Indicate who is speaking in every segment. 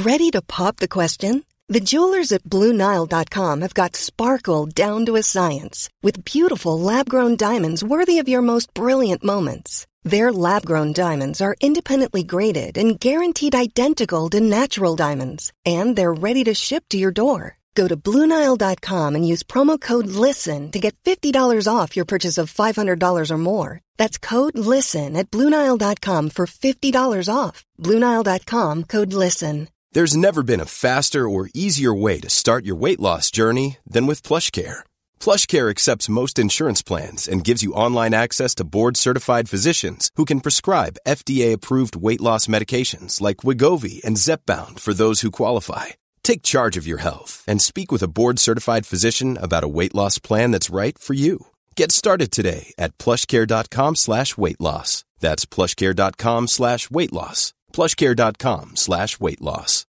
Speaker 1: Ready to pop the question? The jewelers at BlueNile.com have got sparkle down to a science with beautiful lab-grown diamonds worthy of your most brilliant moments. Their lab-grown diamonds are independently graded and guaranteed identical to natural diamonds, and they're ready to ship to your door. Go to BlueNile.com and use promo code LISTEN to get $50 off your purchase of $500 or more. That's code LISTEN at BlueNile.com for $50 off. BlueNile.com, code LISTEN.
Speaker 2: There's never been a faster or easier way to start your weight loss journey than with PlushCare. PlushCare accepts most insurance plans and gives you online access to board-certified physicians who can prescribe FDA-approved weight loss medications like Wegovy and Zepbound for those who qualify. Take charge of your health and speak with a board-certified physician about a weight loss plan that's right for you. Get started today at plushcare.com/weightloss. That's plushcare.com/weightloss. plushcare.com/weightloss.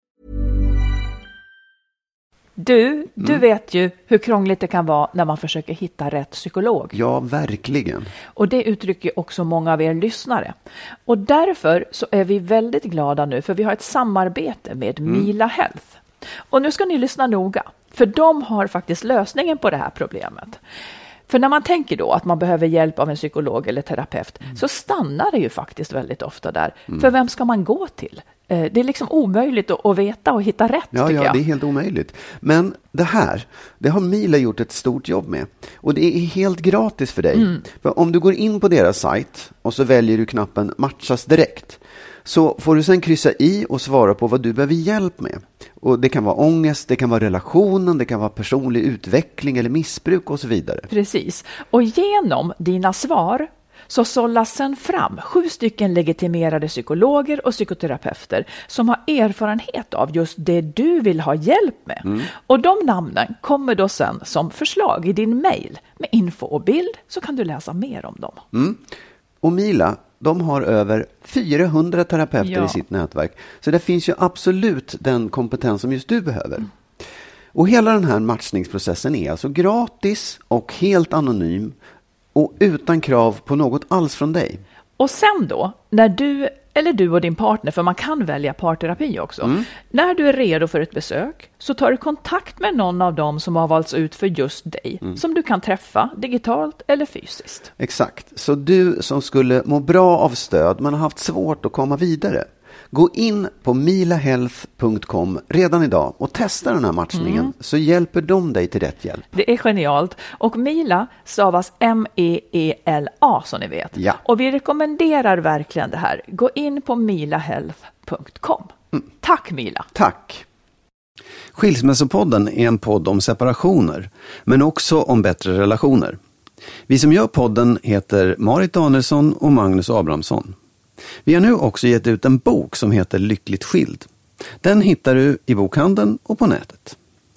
Speaker 3: Du vet ju hur krångligt det kan vara när man försöker hitta rätt psykolog.
Speaker 4: Ja, verkligen.
Speaker 3: Och det uttrycker också många av er lyssnare. Och därför så är vi väldigt glada nu, för vi har ett samarbete med Mila Health. Och nu ska ni lyssna noga, för de har faktiskt lösningen på det här problemet. För när man tänker då att man behöver hjälp av en psykolog eller terapeut så stannar det ju faktiskt väldigt ofta där. För vem ska man gå till? Det är liksom omöjligt att veta och hitta rätt, tycker jag.
Speaker 4: Ja, det är helt omöjligt. Men det har Mila gjort ett stort jobb med. Och det är helt gratis för dig. För om du går in på deras sajt och så väljer du knappen matchas direkt, så får du sen kryssa i och svara på vad du behöver hjälp med. Och det kan vara ångest, det kan vara relationen, det kan vara personlig utveckling eller missbruk och så vidare.
Speaker 3: Precis. Och genom dina svar så sållas sen fram 7 legitimerade psykologer och psykoterapeuter som har erfarenhet av just det du vill ha hjälp med. Och de namnen kommer då sen som förslag i din mejl med info och bild, så kan du läsa mer om dem.
Speaker 4: Och Mila, de har över 400 terapeuter i sitt nätverk. Så det finns ju absolut den kompetens som just du behöver. Och hela den här matchningsprocessen är alltså gratis och helt anonym och utan krav på något alls från dig.
Speaker 3: Och sen då, när du eller du och din partner, för man kan välja parterapi också. När du är redo för ett besök så tar du kontakt med någon av dem som har valts ut för just dig. Som du kan träffa digitalt eller fysiskt.
Speaker 4: Exakt. Så du som skulle må bra av stöd men har haft svårt att komma vidare. Gå in på milahealth.com redan idag och testa den här matchningen, så hjälper de dig till rätt hjälp.
Speaker 3: Det är genialt. Och Mila stavas MEELA, som ni vet.
Speaker 4: Ja.
Speaker 3: Och vi rekommenderar verkligen det här. Gå in på milahealth.com. Tack Mila.
Speaker 4: Tack. Skilsmässopodden är en podd om separationer, men också om bättre relationer. Vi som gör podden heter Marit Danielsson och Magnus Abrahamsson. Vi har nu också gett ut en bok som heter Lyckligt skild. Den hittar du i bokhandeln och på nätet.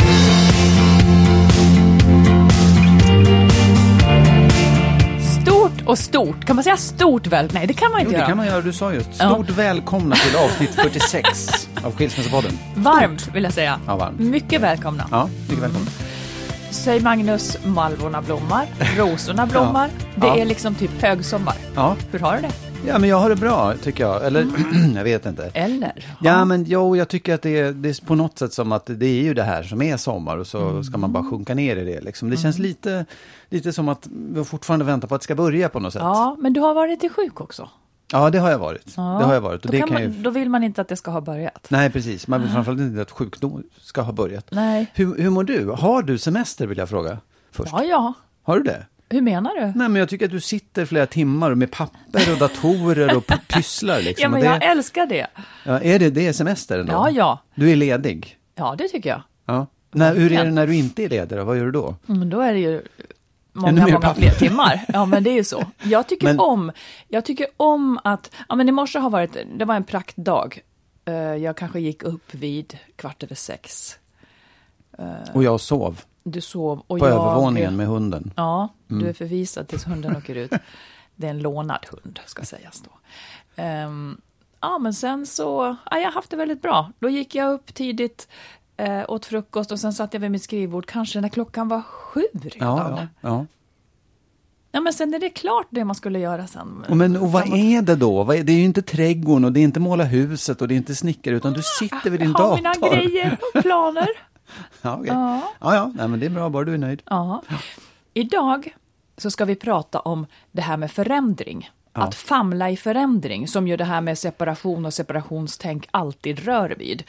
Speaker 3: Stort. Kan man säga stort väl? Nej, det kan man inte göra.
Speaker 5: Det kan man göra, du sa just. Stort välkomna till avsnitt 46 av Skilsmässopodden.
Speaker 3: Varmt vill jag säga.
Speaker 5: Ja, varmt.
Speaker 3: Mycket välkomna.
Speaker 5: Ja, mycket välkomna.
Speaker 3: Säg Magnus, malvorna blommar, rosorna blommar. Det är liksom typ högsommar.
Speaker 5: Ja.
Speaker 3: Hur har du det?
Speaker 5: Ja, men jag har det bra, tycker jag. Eller, jag vet inte.
Speaker 3: Eller?
Speaker 5: Ja, men jag tycker att det är på något sätt som att det är ju det här som är sommar, och så ska man bara sjunka ner i det. Liksom. Det känns lite som att vi fortfarande väntar på att det ska börja på något sätt.
Speaker 3: Ja, men du har varit sjuk också.
Speaker 5: Ja, det har jag varit.
Speaker 3: Ja.
Speaker 5: Det har jag varit. Och
Speaker 3: Då vill man inte att det ska ha börjat.
Speaker 5: Nej, precis. Man vill framförallt inte att sjukdom ska ha börjat.
Speaker 3: Nej.
Speaker 5: Hur mår du? Har du semester, vill jag fråga först?
Speaker 3: Ja.
Speaker 5: Har du det?
Speaker 3: Hur menar du?
Speaker 5: Nej, men jag tycker att du sitter flera timmar med papper och datorer och pysslar. Liksom.
Speaker 3: Ja, men jag älskar det.
Speaker 5: Ja, är det semester ändå?
Speaker 3: Ja.
Speaker 5: Du är ledig?
Speaker 3: Ja, det tycker jag.
Speaker 5: Ja. Hur är det när du inte är ledig då? Vad gör du då?
Speaker 3: Men då är det ju många fler timmar. Ja, men det är ju så. Jag tycker om att... Ja, men i morse det var en praktdag. Jag kanske gick upp vid 6:15.
Speaker 5: Och jag sov.
Speaker 3: Du sov. Och
Speaker 5: på övervåningen med hunden.
Speaker 3: Ja, du är förvisad tills hunden åker ut. Det är en lånad hund, ska sägas då. Ja, men sen så... Ja, jag har haft det väldigt bra. Då gick jag upp tidigt, åt frukost och sen satt jag vid mitt skrivbord. Kanske när klockan var 7 redan.
Speaker 5: Ja.
Speaker 3: Ja, men sen är det klart det man skulle göra sen.
Speaker 5: Och vad är det då? Det är ju inte trädgården och det är inte måla huset och det är inte snickare, utan du sitter vid din dator.
Speaker 3: Jag har mina grejer och planer.
Speaker 5: Ja, okay. Ja. Nej, men det är bra, bara du är nöjd.
Speaker 3: Ja. Idag så ska vi prata om det här med förändring. Ja. Att famla i förändring, som ju det här med separation och separationstänk alltid rör vid.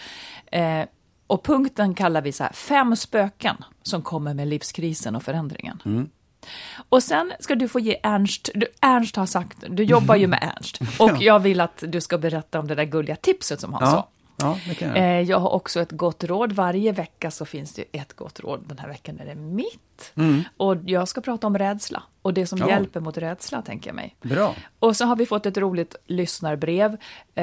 Speaker 3: Och punkten kallar vi så här: 5 spöken som kommer med livskrisen och förändringen. Mm. Och sen ska du få ge Ernst har sagt, du jobbar ju med Ernst. Och jag vill att du ska berätta om det där gulliga tipset som han sa.
Speaker 5: Ja, det kan jag.
Speaker 3: Jag har också ett gott råd. Varje vecka så finns det ett gott råd. Den här veckan är det mitt. Och jag ska prata om rädsla. Och det som hjälper mot rädsla, tänker jag mig.
Speaker 5: Bra.
Speaker 3: Och så har vi fått ett roligt lyssnarbrev.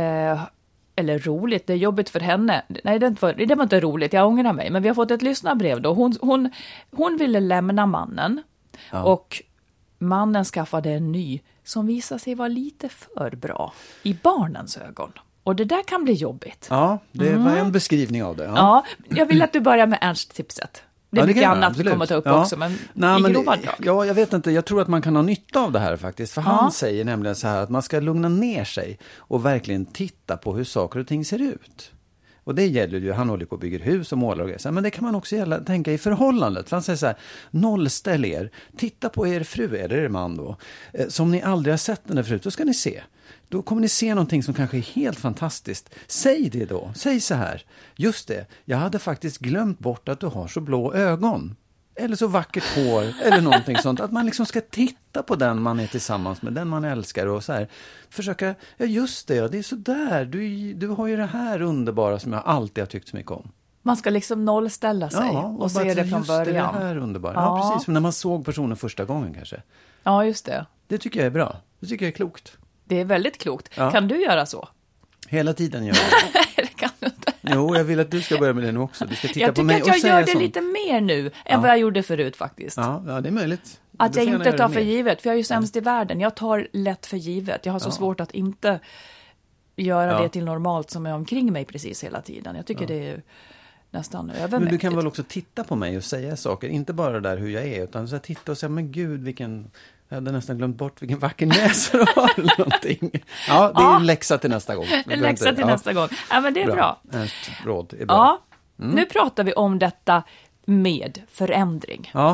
Speaker 3: Eller roligt, det är jobbigt för henne. Nej, det var inte roligt, jag ångrar mig. Men vi har fått ett lyssnarbrev då. Hon ville lämna mannen. Ja. Och mannen skaffade en ny som visade sig vara lite för bra i barnens ögon. Och det där kan bli jobbigt.
Speaker 5: Ja, det var en beskrivning av det.
Speaker 3: Ja, jag vill att du börjar med Ernst-tipset. Det är mycket annat vi kommer att ta upp också, men i grova drag.
Speaker 5: Ja, jag vet inte. Jag tror att man kan ha nytta av det här faktiskt. För han säger nämligen så här att man ska lugna ner sig och verkligen titta på hur saker och ting ser ut. Och det gäller ju, han håller på att bygga hus och målar och grejer. Men det kan man också tänka i förhållandet. För han säger så här: nollställ er. Titta på er fru, eller er man då. Som ni aldrig har sett den där förut, då ska ni se. Då kommer ni se någonting som kanske är helt fantastiskt. Säg det då. Säg så här: just det, jag hade faktiskt glömt bort att du har så blå ögon. Eller så vackert hår, eller någonting sånt. Att man liksom ska titta på den man är tillsammans med, den man älskar och så här. Försöka, ja just det, det är så där. Du har ju det här underbara som jag alltid har tyckt så mycket om.
Speaker 3: Man ska liksom nollställa sig och se det från början.
Speaker 5: Det här underbara. Ja, precis. Som när man såg personen första gången kanske.
Speaker 3: Ja, just det.
Speaker 5: Det tycker jag är bra. Det tycker jag är klokt.
Speaker 3: Det är väldigt klokt. Ja. Kan du göra så?
Speaker 5: Hela tiden gör jag det.
Speaker 3: Det kan du inte.
Speaker 5: Jo, jag vill att du ska börja med det nu också. Du ska titta på mig och
Speaker 3: säga
Speaker 5: säga
Speaker 3: jag tycker att jag gör det lite mer nu än vad jag gjorde förut faktiskt.
Speaker 5: Ja, det är möjligt.
Speaker 3: Att jag inte tar för givet, för jag är ju sämst i världen. Jag tar lätt för givet. Jag har så svårt att inte göra det till normalt som är omkring mig precis hela tiden. Jag tycker det är ju nästan övermäktigt.
Speaker 5: Men du kan väl också titta på mig och säga saker, inte bara där hur jag är, utan så här, titta och säga, men gud vilken... Jag hade nästan glömt bort vilken vacker näsa du har eller någonting. Ja, det är en läxa till nästa gång.
Speaker 3: En läxa till nästa gång. Ja, men det är bra.
Speaker 5: Ett råd är bra.
Speaker 3: Ja, nu pratar vi om detta med förändring.
Speaker 5: Ja.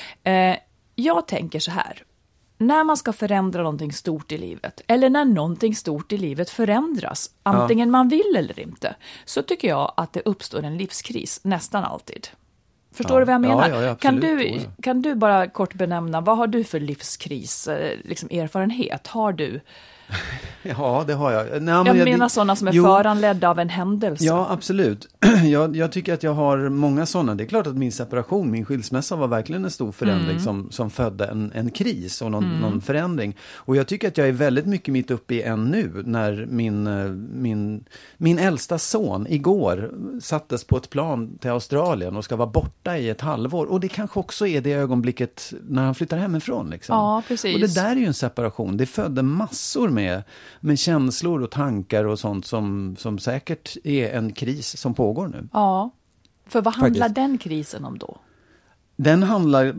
Speaker 3: Jag tänker så här. När man ska förändra någonting stort i livet, eller när någonting stort i livet förändras, antingen man vill eller inte, så tycker jag att det uppstår en livskris nästan alltid. Förstår du vad jag menar?
Speaker 5: Ja,
Speaker 3: kan du bara kort benämna, vad har du för livskris, liksom erfarenhet? Har du?
Speaker 5: Ja, det har jag.
Speaker 3: Jag menar sådana som är föranledda av en händelse.
Speaker 5: Ja, absolut. Jag tycker att jag har många sådana. Det är klart att min separation, min skilsmässa var verkligen en stor förändring som födde en kris och någon förändring. Och jag tycker att jag är väldigt mycket mitt uppe i en nu när min äldsta son igår sattes på ett plan till Australien och ska vara borta i ett halvår. Och det kanske också är det ögonblicket när han flyttar hemifrån. Liksom.
Speaker 3: Ja, precis.
Speaker 5: Och det där är ju en separation. Det födde massor med känslor och tankar och sånt som säkert är en kris som pågår nu.
Speaker 3: Ja, för vad handlar den krisen om då?
Speaker 5: Den handlar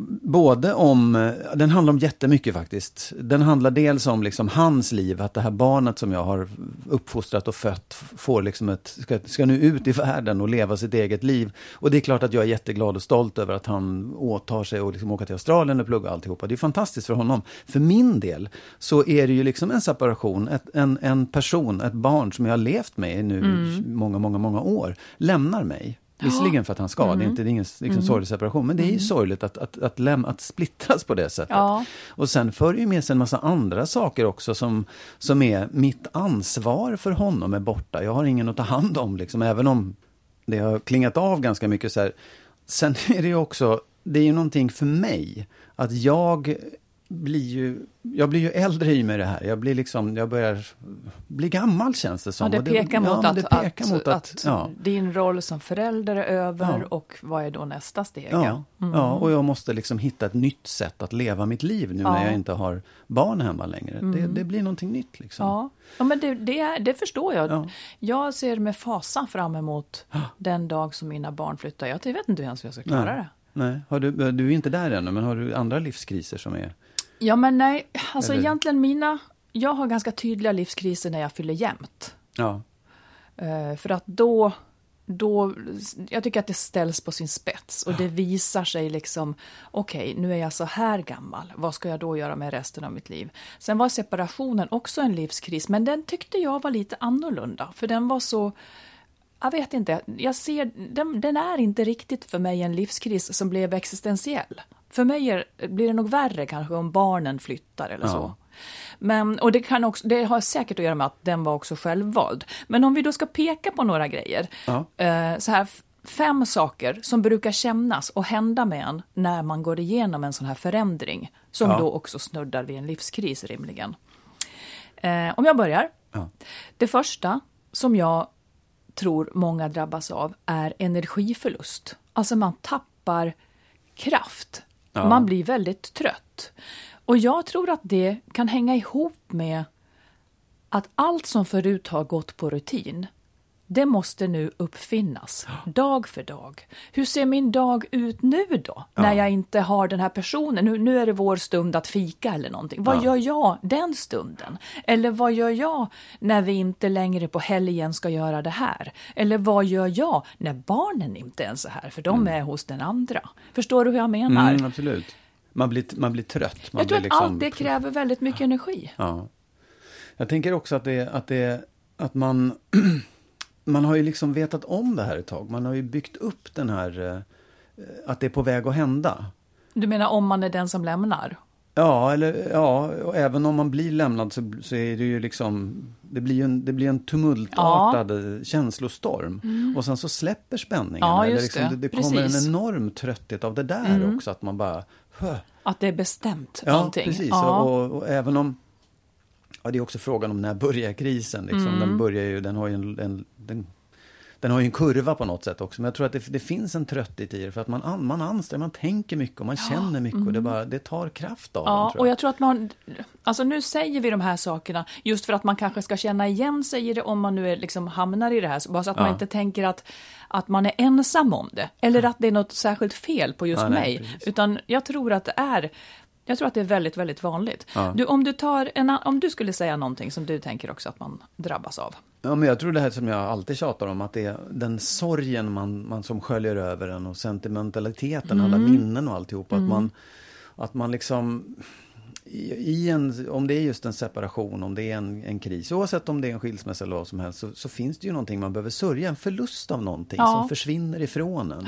Speaker 5: om jättemycket faktiskt. Den handlar dels om liksom hans liv, att det här barnet som jag har uppfostrat och fött får liksom ska nu ut i världen och leva sitt eget liv. Och det är klart att jag är jätteglad och stolt över att han åtar sig och liksom åka till Australien och plugga alltihopa. Det är fantastiskt för honom. För min del så är det ju liksom en separation, en person, ett barn som jag har levt med nu många år, lämnar mig. Visserligen för att han ska, det är ingen sorglig separation, men det är ju sorgligt att splittras på det sättet. Ja. Och sen för ju med sig en massa andra saker också som är mitt ansvar för honom är borta. Jag har ingen att ta hand om, liksom, även om det har klingat av ganska mycket så här. Sen är det ju också, det är ju någonting för mig att jag blir ju äldre i mig det här. Jag börjar bli gammal, känns det som.
Speaker 3: Ja, det pekar mot att din roll som förälder är över och vad är då nästa steg?
Speaker 5: Ja, och jag måste liksom hitta ett nytt sätt att leva mitt liv nu när jag inte har barn hemma längre. Det blir någonting nytt liksom.
Speaker 3: Ja, men det förstår jag. Ja. Jag ser med fasa fram emot den dag som mina barn flyttar. Jag vet inte ens hur jag ska klara det.
Speaker 5: Nej, du är inte där ännu, men har du andra livskriser som är...
Speaker 3: Ja, men nej, alltså
Speaker 5: Eller?
Speaker 3: egentligen jag har ganska tydliga livskriser när jag fyller jämnt.
Speaker 5: Ja.
Speaker 3: För att då, jag tycker att det ställs på sin spets och det visar sig liksom, okej, nu är jag så här gammal, vad ska jag då göra med resten av mitt liv? Sen var separationen också en livskris, men den tyckte jag var lite annorlunda, för den var så, jag vet inte, den är inte riktigt för mig en livskris som blev existentiell. För mig blir det nog värre kanske om barnen flyttar eller så. Men, och det har säkert att göra med att den var också självvald. Men om vi då ska peka på några grejer. Så här 5 saker som brukar kännas och hända med en när man går igenom en sån här förändring. Som då också snuddar vid en livskris rimligen. Om jag börjar. Det första som jag tror många drabbas av är energiförlust. Alltså man tappar kraft. Man blir väldigt trött. Och jag tror att det kan hänga ihop med att allt som förut har gått på rutin, det måste nu uppfinnas dag för dag. Hur ser min dag ut nu då? När jag inte har den här personen. Nu är det vår stund att fika eller någonting. Vad gör jag den stunden? Eller vad gör jag när vi inte längre på helgen ska göra det här? Eller vad gör jag när barnen inte ens är här? För de är hos den andra. Förstår du hur jag menar?
Speaker 5: Absolut. Man blir trött.
Speaker 3: Jag tror att allt det kräver väldigt mycket energi.
Speaker 5: Ja. Jag tänker också att man man har ju liksom vetat om det här ett tag. Man har ju byggt upp den här att det är på väg att hända.
Speaker 3: Du menar om man är den som lämnar?
Speaker 5: Och även om man blir lämnad så är det ju liksom det blir en tumultartad känslostorm. Och sen så släpper spänningen.
Speaker 3: Ja,
Speaker 5: eller
Speaker 3: just
Speaker 5: liksom, det kommer en enorm trötthet av det där också, att man bara
Speaker 3: att det är bestämt någonting.
Speaker 5: Precis. Och även om det är också frågan om när börjar krisen liksom. Den har ju den har ju en kurva på något sätt också. Men jag tror att det finns en trötthet i det. För att man anstränger, man tänker mycket och man känner mycket. Och det tar kraft av den, tror jag.
Speaker 3: Och jag tror att alltså nu säger vi de här sakerna just för att man kanske ska känna igen sig i det om man nu är, liksom, hamnar i det här. Bara så att man inte tänker att man är ensam om det. Eller att det är något särskilt fel på just mig. Precis. Utan jag tror att det är väldigt, väldigt vanligt. Du, om du skulle säga någonting som du tänker också att man drabbas av.
Speaker 5: Ja, men jag tror det här som jag alltid tjatar om, att det är den sorgen man som sköljer över en och sentimentaliteten, alla minnen och alltihop. Att man liksom om det är just en separation, om det är en kris, oavsett om det är en skilsmässa eller vad som helst, så finns det ju någonting man behöver sörja, en förlust av någonting som försvinner ifrån en.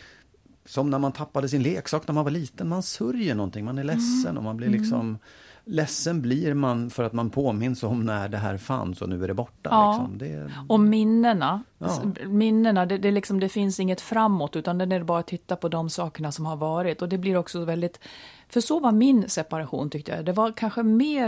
Speaker 5: Som när man tappade sin leksak när man var liten. Man sörjer någonting, man är ledsen och man blir liksom... Ledsen blir man för att man påminns om när det här fanns och nu är det borta. Liksom.
Speaker 3: Och minnena, det, liksom, det finns inget framåt, utan det är bara att titta på de sakerna som har varit. Och det blir också väldigt... För så var min separation, tyckte jag. Det var kanske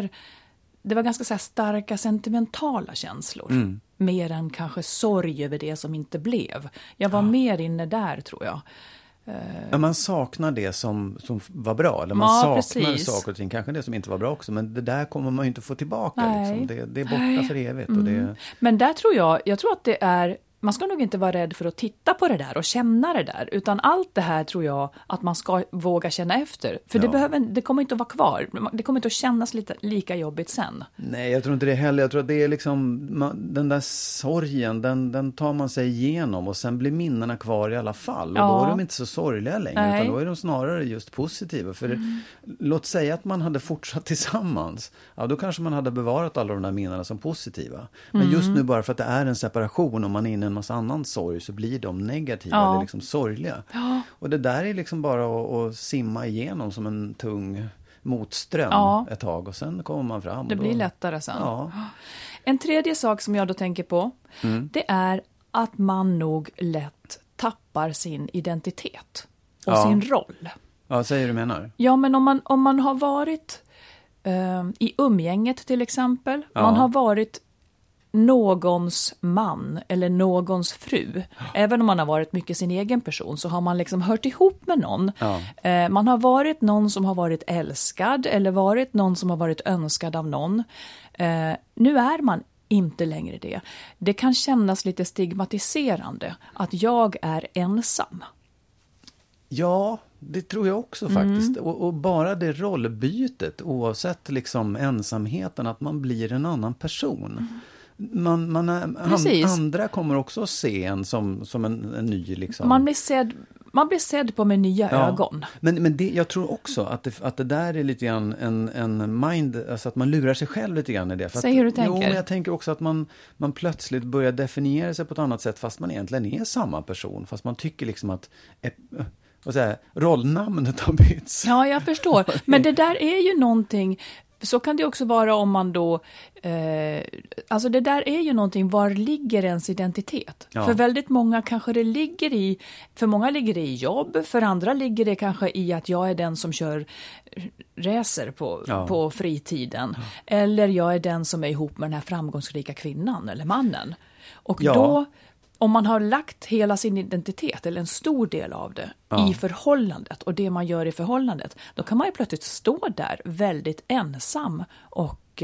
Speaker 3: det var ganska så här starka sentimentala känslor. Mer än kanske sorg över det som inte blev. Jag var mer inne där, tror jag.
Speaker 5: Ja, man saknar det som var bra. Eller man saknar saker och ting. Kanske det som inte var bra också. Men det där kommer man ju inte få tillbaka. Liksom. Det är borta för evigt. Och
Speaker 3: Men där tror jag tror att det är... Man ska nog inte vara rädd för att titta på det där och känna det där. Utan allt det här tror jag att man ska våga känna efter. För det kommer inte att vara kvar. Det kommer inte att kännas lika jobbigt sen.
Speaker 5: Nej, jag tror inte det heller. Jag tror att det är liksom... den där sorgen, den tar man sig igenom. Och sen blir minnena kvar i alla fall. Och då är de inte så sorgliga längre. Utan då är de snarare just positiva. För låt säga att man hade fortsatt tillsammans. Ja, då kanske man hade bevarat alla de där minnena som positiva. Men just nu, bara för att det är en separation och man är inne en massa annan sorg, så blir de negativa eller liksom sorgliga. Och det där är liksom bara att simma igenom som en tung motström ett tag, och sen kommer man fram.
Speaker 3: Det blir lättare sen. En tredje sak som jag då tänker på, det är att man nog lätt tappar sin identitet och sin roll.
Speaker 5: Ja, säger du menar?
Speaker 3: Ja, men om man har varit i umgänget till exempel, man har varit någons man eller någons fru. Även om man har varit mycket sin egen person, så har man liksom hört ihop med någon. Man har varit någon som har varit älskad, eller varit någon som har varit önskad av någon. Nu är man inte längre det. Det kan kännas lite stigmatiserande att jag är ensam.
Speaker 5: Ja, det tror jag också faktiskt. Och bara det rollbytet, oavsett liksom ensamheten, att man blir en annan person. Andra kommer också att se en som en ny liksom.
Speaker 3: Man blir sedd på med nya ögon.
Speaker 5: Men det, jag tror också att det där är lite grann en mind, alltså att man lurar sig själv lite grann i det.
Speaker 3: Säg hur du tänker.
Speaker 5: Jo, men jag tänker också att man plötsligt börjar definiera sig på ett annat sätt fast man egentligen är samma person. Fast man tycker liksom att rollnamnet har bytts.
Speaker 3: Ja, jag förstår. Men det där är ju någonting. Så kan det också vara om man då, alltså det där är ju någonting, var ligger ens identitet? Ja. För väldigt många kanske det ligger i, för många ligger det i jobb, för andra ligger det kanske i att jag är den som kör racer på fritiden. Ja. Eller jag är den som är ihop med den här framgångsrika kvinnan eller mannen. Och då, om man har lagt hela sin identitet eller en stor del av det i förhållandet och det man gör i förhållandet, då kan man ju plötsligt stå där väldigt ensam och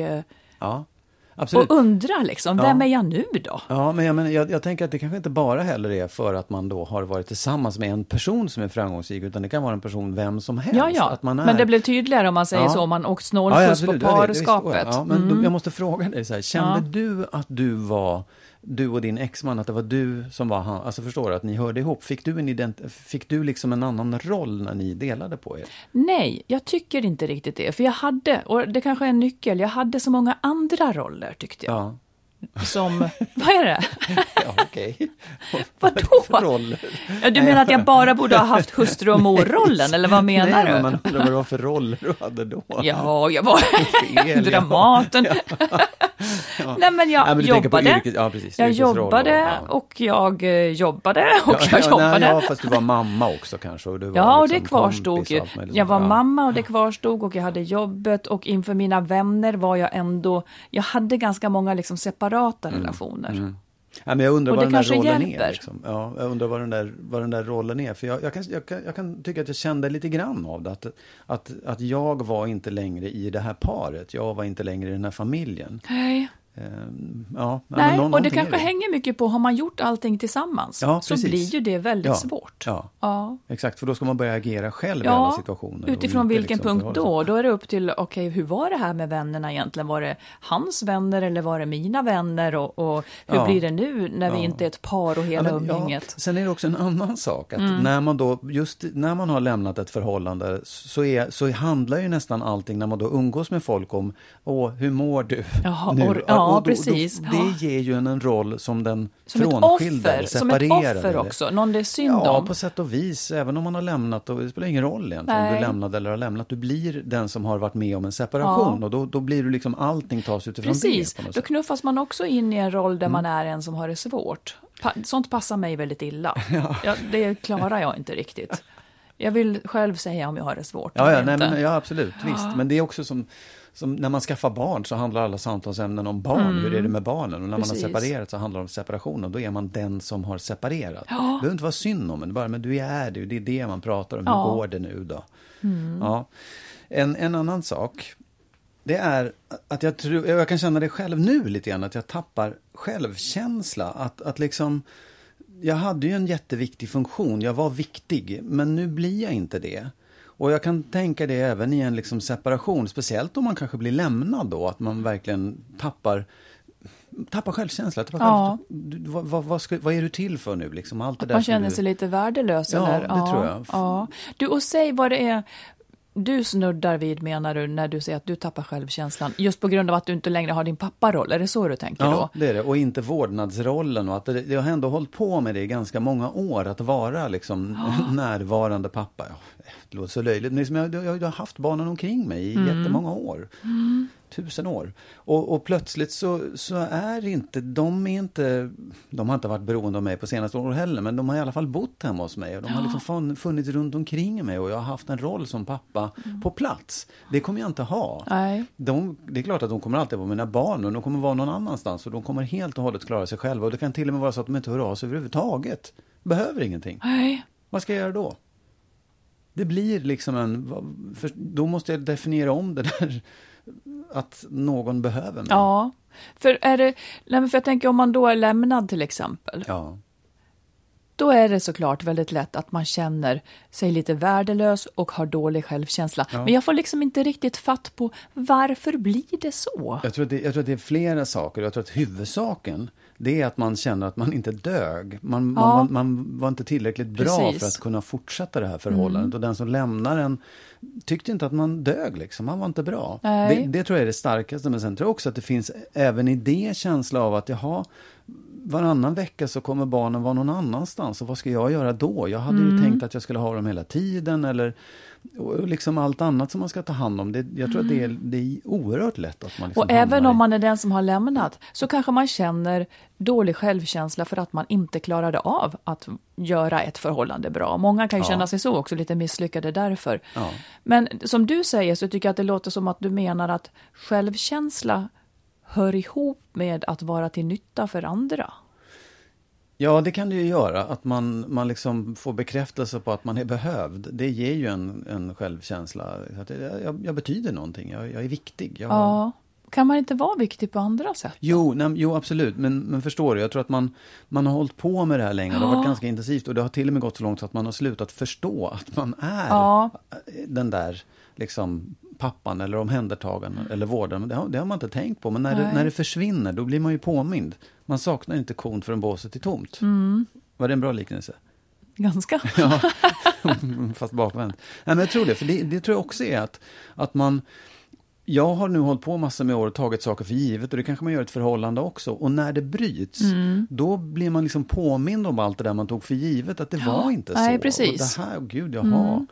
Speaker 3: undra liksom, vem är jag nu då?
Speaker 5: Ja, men jag tänker att det kanske inte bara heller är för att man då har varit tillsammans med en person som är framgångsrik, utan det kan vara en person vem som helst.
Speaker 3: Ja.
Speaker 5: Att man är...
Speaker 3: Men det blir tydligare om man säger så, om man åkt snålskjuts på parskapet.
Speaker 5: Men jag måste fråga dig så här, kände du att du och din exman, att det var du som var han, alltså förstår du, att ni hörde ihop, fick du liksom en annan roll när ni delade på er? Nej,
Speaker 3: jag tycker inte riktigt det, för jag hade, och det kanske är en nyckel, jag hade så många andra roller tyckte jag. Ja. Som, vad är det?
Speaker 5: Ja, okej.
Speaker 3: Vadå?
Speaker 5: Roller?
Speaker 3: Ja, du menar att jag bara borde ha haft hustru- och morrollen, eller vad menar du?
Speaker 5: Nej, men man undrar vad det var för roller du hade då.
Speaker 3: Ja, jag var Dramaten. Nej, men jag jobbade. Jag jobbade och jag jobbade och jag jobbade.
Speaker 5: Ja, fast du var mamma också kanske. Och du var
Speaker 3: och det kvarstod ju. Jag var mamma och det kvarstod och jag hade jobbet, och inför mina vänner var jag ändå, jag hade ganska många liksom separata relationer.
Speaker 5: Ja, men jag undrar vad den där rollen är. Liksom. Ja, jag undrar vad den där rollen är. För jag kan tycka att jag kände lite grann av det. Att jag var inte längre i det här paret. Jag var inte längre i den här familjen.
Speaker 3: Nej.
Speaker 5: Nej,
Speaker 3: och det kanske hänger mycket på, har man gjort allting tillsammans så blir ju det väldigt svårt.
Speaker 5: Ja, exakt, för då ska man börja agera själv i alla situationer.
Speaker 3: Utifrån vilken punkt då? Då är det upp till, hur var det här med vännerna egentligen? Var det hans vänner eller var det mina vänner? Och hur blir det nu när vi inte är ett par och hela umgänget?
Speaker 5: Sen är det också en annan sak, att när man då, just när man har lämnat ett förhållande så handlar ju nästan allting när man då umgås med folk om, hur mår du nu?
Speaker 3: Ja, precis.
Speaker 5: Det ger ju en roll som den frånskilda,
Speaker 3: som ett offer också, någon det är synd om.
Speaker 5: Ja, på sätt och vis, även om man har lämnat, och det spelar ingen roll egentligen om du lämnade eller har lämnat, du blir den som har varit med om en separation, och då blir du liksom, allting tas utifrån
Speaker 3: precis.
Speaker 5: Det. Precis,
Speaker 3: då knuffas man också in i en roll där man är en som har det svårt. Sånt passar mig väldigt illa. Det klarar jag inte riktigt. Jag vill själv säga om jag har det svårt.
Speaker 5: Absolut, visst. Men det är också som när man skaffar barn så handlar alla samtalsämnen om barn. Hur är det med barnen? Och när man har separerat så handlar det om separation. Och då är man den som har separerat. Det behöver inte vara synd om det, men du är det. Det är det man pratar om. Hur går det nu då? Ja. En annan sak, det är att jag kan känna det själv nu lite grann, att jag tappar självkänsla. Att liksom, jag hade ju en jätteviktig funktion. Jag var viktig, men nu blir jag inte det. Och jag kan tänka det även i en liksom separation, speciellt om man kanske blir lämnad då, att man verkligen tappar självkänsla. Vad är du till för nu? Liksom, allt det där
Speaker 3: man känner sig lite värdelös.
Speaker 5: Ja,
Speaker 3: eller?
Speaker 5: Det tror jag.
Speaker 3: Ja. Du, och säg vad det är du snuddar vid, menar du, när du säger att du tappar självkänslan, just på grund av att du inte längre har din papparoll. Är det så du tänker då?
Speaker 5: Ja, det är det. Och inte vårdnadsrollen. Och att jag har ändå hållit på med det i ganska många år, att vara liksom närvarande pappa. Det låter så löjligt, men jag har haft barnen omkring mig i jättemånga år. 1000 år. Och plötsligt så är inte, de har inte varit beroende av mig på senaste år heller, men de har i alla fall bott hemma hos mig, och de har liksom funnits runt omkring mig, och jag har haft en roll som pappa på plats. Det kommer jag inte ha.
Speaker 3: Nej.
Speaker 5: Det är klart att de kommer alltid vara mina barn, och de kommer vara någon annanstans, och de kommer helt och hållet klara sig själva, och det kan till och med vara så att de inte hör av sig överhuvudtaget. Behöver ingenting.
Speaker 3: Nej.
Speaker 5: Vad ska jag göra då? Det blir liksom då måste jag definiera om det där, att någon behöver mig.
Speaker 3: Ja, för jag tänker om man då är lämnad till exempel.
Speaker 5: Ja.
Speaker 3: då är det såklart väldigt lätt att man känner sig lite värdelös och har dålig självkänsla. Ja. Men jag får liksom inte riktigt fatt på varför blir det så?
Speaker 5: Jag tror att det är flera saker. Jag tror att huvudsaken, det är att man känner att man inte dög. Man var inte tillräckligt bra för att kunna fortsätta det här förhållandet. Och den som lämnar en tyckte inte att man dög liksom. Man var inte bra. Det tror jag är det starkaste. Men sen tror jag också att det finns även i det känsla av att varannan vecka så kommer barnen vara någon annanstans. Och vad ska jag göra då? Jag hade ju tänkt att jag skulle ha dem hela tiden. Eller liksom allt annat som man ska ta hand om. Jag tror att det är oerhört lätt att man liksom
Speaker 3: och även om man är den som har lämnat så kanske man känner dålig självkänsla för att man inte klarade av att göra ett förhållande bra. Många kan ju känna sig så också, lite misslyckade därför. Ja. Men som du säger så tycker jag att det låter som att du menar att självkänsla hör ihop med att vara till nytta för andra.
Speaker 5: Ja, det kan det ju göra. Att man liksom får bekräftelse på att man är behövd. Det ger ju en självkänsla. Att jag betyder någonting. Jag är viktig.
Speaker 3: Ja, kan man inte vara viktig på andra sätt?
Speaker 5: Jo, absolut. Men förstår du, jag tror att man har hållit på med det här länge. Det har varit ganska intensivt och det har till och med gått så långt så att man har slutat förstå att man är den där liksom pappan eller omhändertagaren eller vårdaren. Det har man inte tänkt på. Men när det försvinner, då blir man ju påmind. Man saknar inte kon förrän båset är tomt. Var det en bra liknelse?
Speaker 3: Ganska.
Speaker 5: Ja, fast bakvänt. Nej, men jag tror det. För det tror jag också är att man... Jag har nu hållit på massor med år och tagit saker för givet. Och det kanske man gör ett förhållande också. Och när det bryts, då blir man liksom påmind om allt det där man tog för givet. Att det var inte så.
Speaker 3: Nej, precis.
Speaker 5: Och det här, gud, jaha.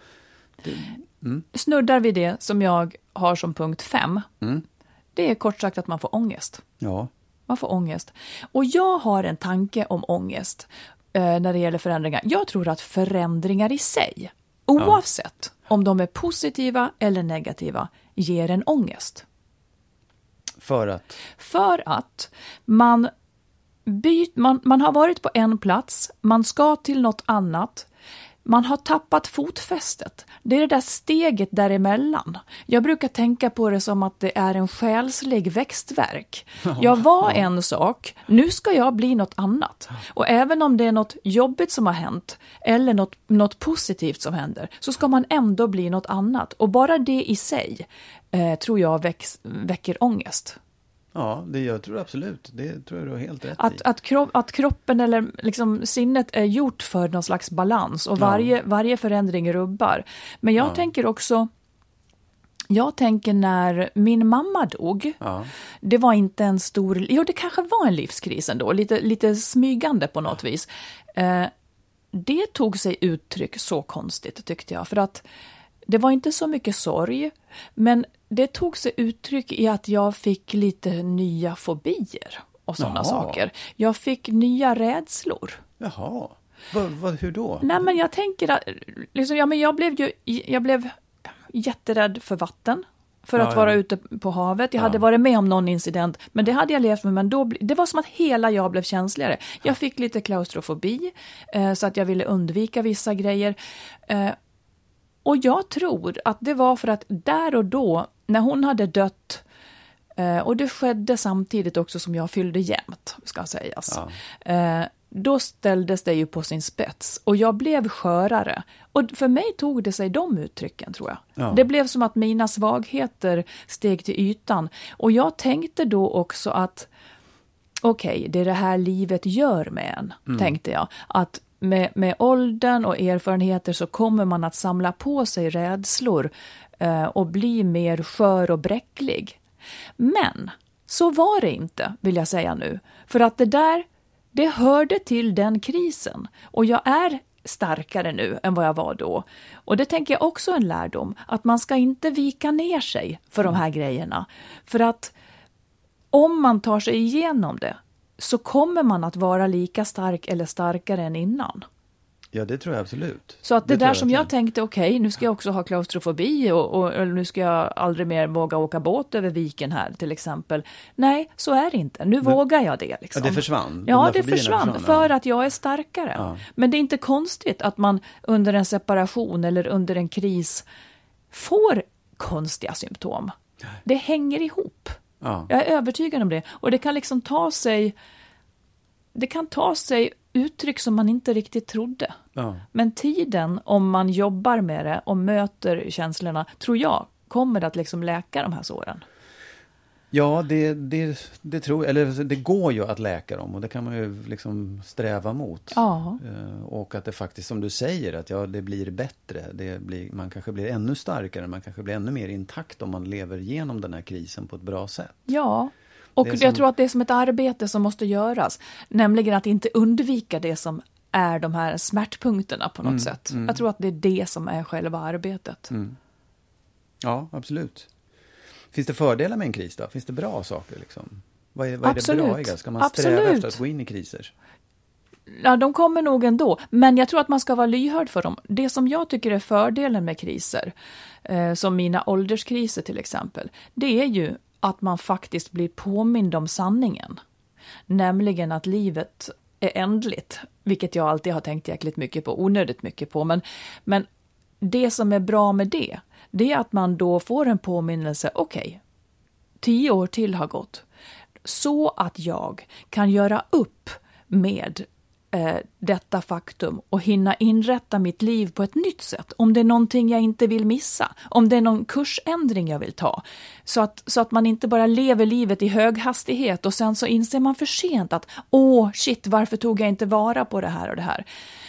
Speaker 3: Snuddar vi det som jag har som punkt 5. Det är kort sagt att man får ångest.
Speaker 5: Ja.
Speaker 3: Man får ångest. Och jag har en tanke om ångest när det gäller förändringar. Jag tror att förändringar i sig, oavsett om de är positiva eller negativa, ger en ångest.
Speaker 5: För att?
Speaker 3: För att man har varit på en plats, man ska till något annat. Man har tappat fotfästet. Det är det där steget däremellan. Jag brukar tänka på det som att det är en själslig växtverk. Jag var en sak, nu ska jag bli något annat. Och även om det är något jobbigt som har hänt eller något positivt som händer så ska man ändå bli något annat. Och bara det i sig tror jag väcker ångest.
Speaker 5: Ja, jag tror absolut. Det tror jag du har helt rätt
Speaker 3: i. Att kroppen eller liksom sinnet är gjort för någon slags balans och varje förändring rubbar. Men jag tänker också, när min mamma dog, det var inte en stor, det kanske var en livskris ändå, lite smygande på något vis. Det tog sig uttryck så konstigt tyckte jag, för att det var inte så mycket sorg, men det tog sig uttryck i att jag fick lite nya fobier och sådana saker. Jag fick nya rädslor.
Speaker 5: Jaha. Hur då?
Speaker 3: Nej, men jag tänker att liksom, jag blev jätterädd för vatten. För att vara ute på havet. Jag hade varit med om någon incident. Men det hade jag levt med. Men det var som att hela jag blev känsligare. Jag fick lite klaustrofobi. Så att jag ville undvika vissa grejer. Och jag tror att det var för att där och då, när hon hade dött, och det skedde samtidigt också som jag fyllde jämnt, ska sägas. Då ställdes det ju på sin spets. Och jag blev skörare. Och för mig tog det sig de uttrycken, tror jag. Ja. Det blev som att mina svagheter steg till ytan. Och jag tänkte då också att okej, det är det här livet gör med en, tänkte jag. Att med åldern och erfarenheter så kommer man att samla på sig rädslor och bli mer skör och bräcklig. Men så var det inte, vill jag säga nu. För att det hörde till den krisen. Och jag är starkare nu än vad jag var då. Och det tänker jag också en lärdom. Att man ska inte vika ner sig för de här grejerna. För att om man tar sig igenom det så kommer man att vara lika stark eller starkare än innan.
Speaker 5: Ja, det tror jag absolut.
Speaker 3: Så att det där som jag tänkte, okej, nu ska jag också ha klaustrofobi och nu ska jag aldrig mer våga åka båt över viken här till exempel. Nej, så är det inte. Nu vågar jag det. Liksom.
Speaker 5: Ja, det försvann.
Speaker 3: Ja, det försvann för att jag är starkare. Ja. Men det är inte konstigt att man under en separation eller under en kris får konstiga symptom. Det hänger ihop. Ja. Jag är övertygad om det. Och det kan liksom ta sig det kan ta sig uttryck som man inte riktigt trodde.
Speaker 5: Ja.
Speaker 3: Men tiden, om man jobbar med det och möter känslorna, tror jag, kommer att liksom läka de här såren.
Speaker 5: Ja, det tror jag. Eller det går ju att läka dem och det kan man ju liksom sträva mot.
Speaker 3: Ja.
Speaker 5: Och att det faktiskt, som du säger, att det blir bättre. Man kanske blir ännu starkare, man kanske blir ännu mer intakt om man lever igenom den här krisen på ett bra sätt.
Speaker 3: Ja, och jag tror att det är som ett arbete som måste göras. Nämligen att inte undvika det som är de här smärtpunkterna på något sätt. Jag tror att det är det som är själva arbetet.
Speaker 5: Mm. Ja, absolut. Finns det fördelar med en kris då? Finns det bra saker liksom? Vad är det bra i? Ska man sträva efter att gå in i kriser?
Speaker 3: Ja, de kommer nog ändå. Men jag tror att man ska vara lyhörd för dem. Det som jag tycker är fördelen med kriser, som mina ålderskriser till exempel, det är ju att man faktiskt blir påmind om sanningen. Nämligen att livet är ändligt, vilket jag alltid har tänkt jäkligt mycket på, onödigt mycket på. Men det som är bra med det är att man då får en påminnelse, okej, 10 år till har gått. Så att jag kan göra upp med detta faktum och hinna inrätta mitt liv på ett nytt sätt. Om det är någonting jag inte vill missa. Om det är någon kursändring jag vill ta. Så att man inte bara lever livet i hög hastighet och sen så inser man för sent att shit, varför tog jag inte vara på det här och det här.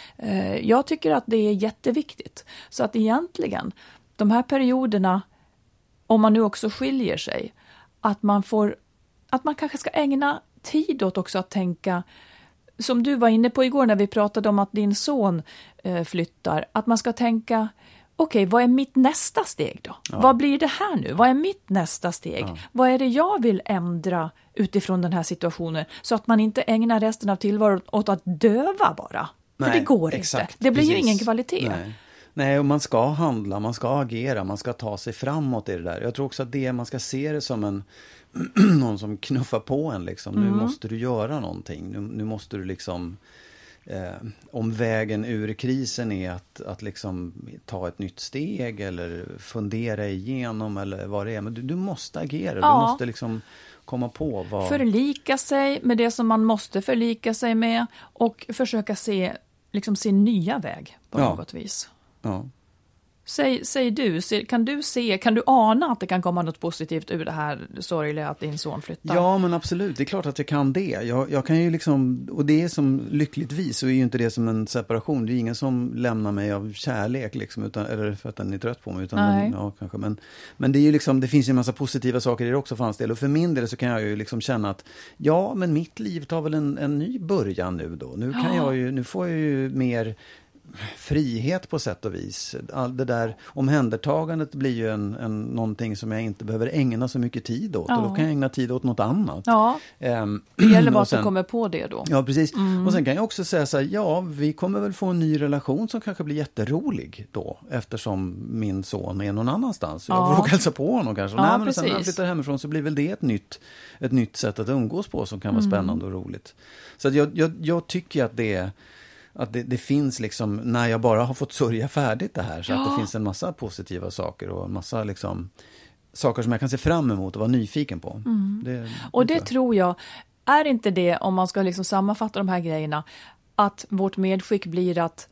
Speaker 3: Jag tycker att det är jätteviktigt. Så att egentligen, de här perioderna, om man nu också skiljer sig, att man kanske ska ägna tid åt också att tänka, som du var inne på igår när vi pratade om att din son flyttar, att man ska tänka, okej, vad är mitt nästa steg då? Ja. Vad blir det här nu? Vad är mitt nästa steg? Ja. Vad är det jag vill ändra utifrån den här situationen? Så att man inte ägnar resten av tillvaron åt att döva bara.
Speaker 5: Nej,
Speaker 3: för det går
Speaker 5: exakt,
Speaker 3: inte. Det blir
Speaker 5: precis.
Speaker 3: ju ingen kvalitet.
Speaker 5: Nej, och man ska handla, man ska agera, man ska ta sig framåt i det där. Jag tror också att man ska se det som någon som knuffar på en liksom. Nu måste du göra någonting. Nu måste du liksom, om vägen ur krisen är att liksom ta ett nytt steg eller fundera igenom eller vad det är. Men du måste agera, du måste liksom komma på vad...
Speaker 3: Förlika sig med det som man måste förlika sig med och försöka se liksom sin nya väg på något vis.
Speaker 5: Ja.
Speaker 3: Säg du, kan du ana att det kan komma något positivt ur det här sorgliga att din son flyttar?
Speaker 5: Ja, men absolut, det är klart att jag kan det. Jag kan ju liksom, och det är som lyckligtvis så är ju inte det som en separation. Det är ingen som lämnar mig av kärlek liksom, eller för att den är trött på mig. Kanske. Men det är ju liksom, det finns ju en massa positiva saker i det också för hans del. Och för min del så kan jag ju liksom känna att men mitt liv tar väl en ny början nu då. Nu får jag ju mer frihet på sätt och vis. Det där omhändertagandet blir ju någonting som jag inte behöver ägna så mycket tid åt. Och då kan jag ägna tid åt något annat. Ja,
Speaker 3: det gäller bara att du kommer på det då.
Speaker 5: Ja, precis. Och sen kan jag också säga så här, vi kommer väl få en ny relation som kanske blir jätterolig då. Eftersom min son är någon annanstans. Jag får hälsa på honom kanske.
Speaker 3: Ja,
Speaker 5: men sen när han flyttar hemifrån så blir väl det ett nytt sätt att umgås på som kan vara spännande och roligt. Så att jag tycker att det finns liksom, när jag bara har fått sörja färdigt det här, så att det finns en massa positiva saker och en massa liksom saker som jag kan se fram emot och vara nyfiken på.
Speaker 3: Det tror jag, är inte det, om man ska liksom sammanfatta de här grejerna, att vårt medskick blir att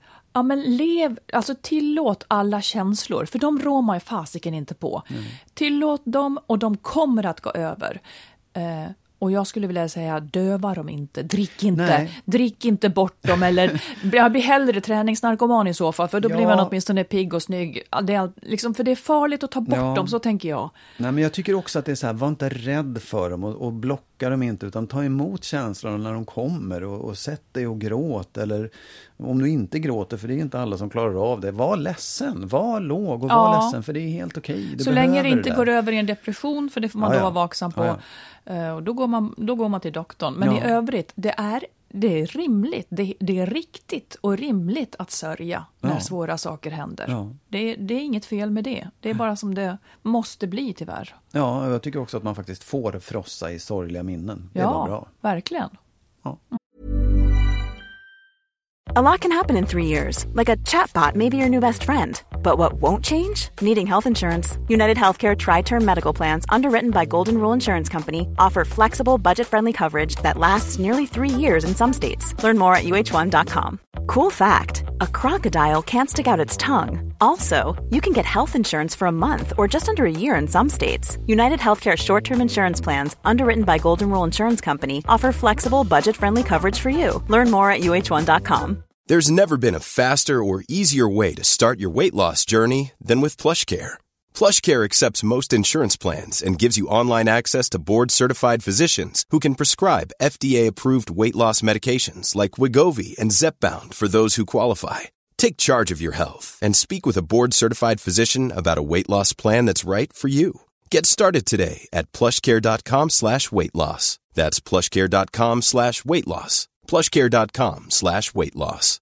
Speaker 3: tillåt alla känslor, för de rår man ju fasiken inte på. Tillåt dem och de kommer att gå över. Och jag skulle vilja säga, döva dem inte, drick inte bort dem, eller jag blir hellre träningsnarkoman i så fall, för då blir man åtminstone pigg och snygg. För det är farligt att ta bort dem, så tänker jag.
Speaker 5: Nej, men jag tycker också att det är så här, var inte rädd för dem och blocka dem inte, utan ta emot känslorna när de kommer och sätt dig och gråt, eller om du inte gråter, för det är inte alla som klarar av det, var ledsen, var låg och var ledsen, för det är helt okej.
Speaker 3: Så länge det inte går över i en depression, för det får man då vara vaksam på. Och då går man till doktorn. Men i övrigt, det är rimligt. Det är riktigt och rimligt att sörja när svåra saker händer. Ja. Det är inget fel med det. Det är bara som det måste bli, tyvärr. Ja,
Speaker 5: jag tycker också att man faktiskt får frossa i sorgliga minnen. Det är bara bra.
Speaker 3: Verkligen.
Speaker 5: Ja.
Speaker 6: A lot can happen in 3 years, like a chatbot may be your new best friend. But what won't change? Needing health insurance. United Healthcare Tri-Term Medical Plans, underwritten by Golden Rule Insurance Company, offer flexible, budget-friendly coverage that lasts nearly 3 years in some states. Learn more at uh1.com. Cool fact, a crocodile can't stick out its tongue. Also, you can get health insurance for a month or just under a year in some states. United Healthcare short-term insurance plans, underwritten by Golden Rule Insurance Company, offer flexible, budget-friendly coverage for you. Learn more at uh1.com.
Speaker 2: There's never been a faster or easier way to start your weight loss journey than with PlushCare. PlushCare accepts most insurance plans and gives you online access to board-certified physicians who can prescribe FDA-approved weight loss medications like Wegovy and Zepbound for those who qualify. Take charge of your health and speak with a board-certified physician about a weight loss plan that's right for you. Get started today at plushcare.com/weightloss. That's plushcare.com/weightloss. plushcare.com/weightloss.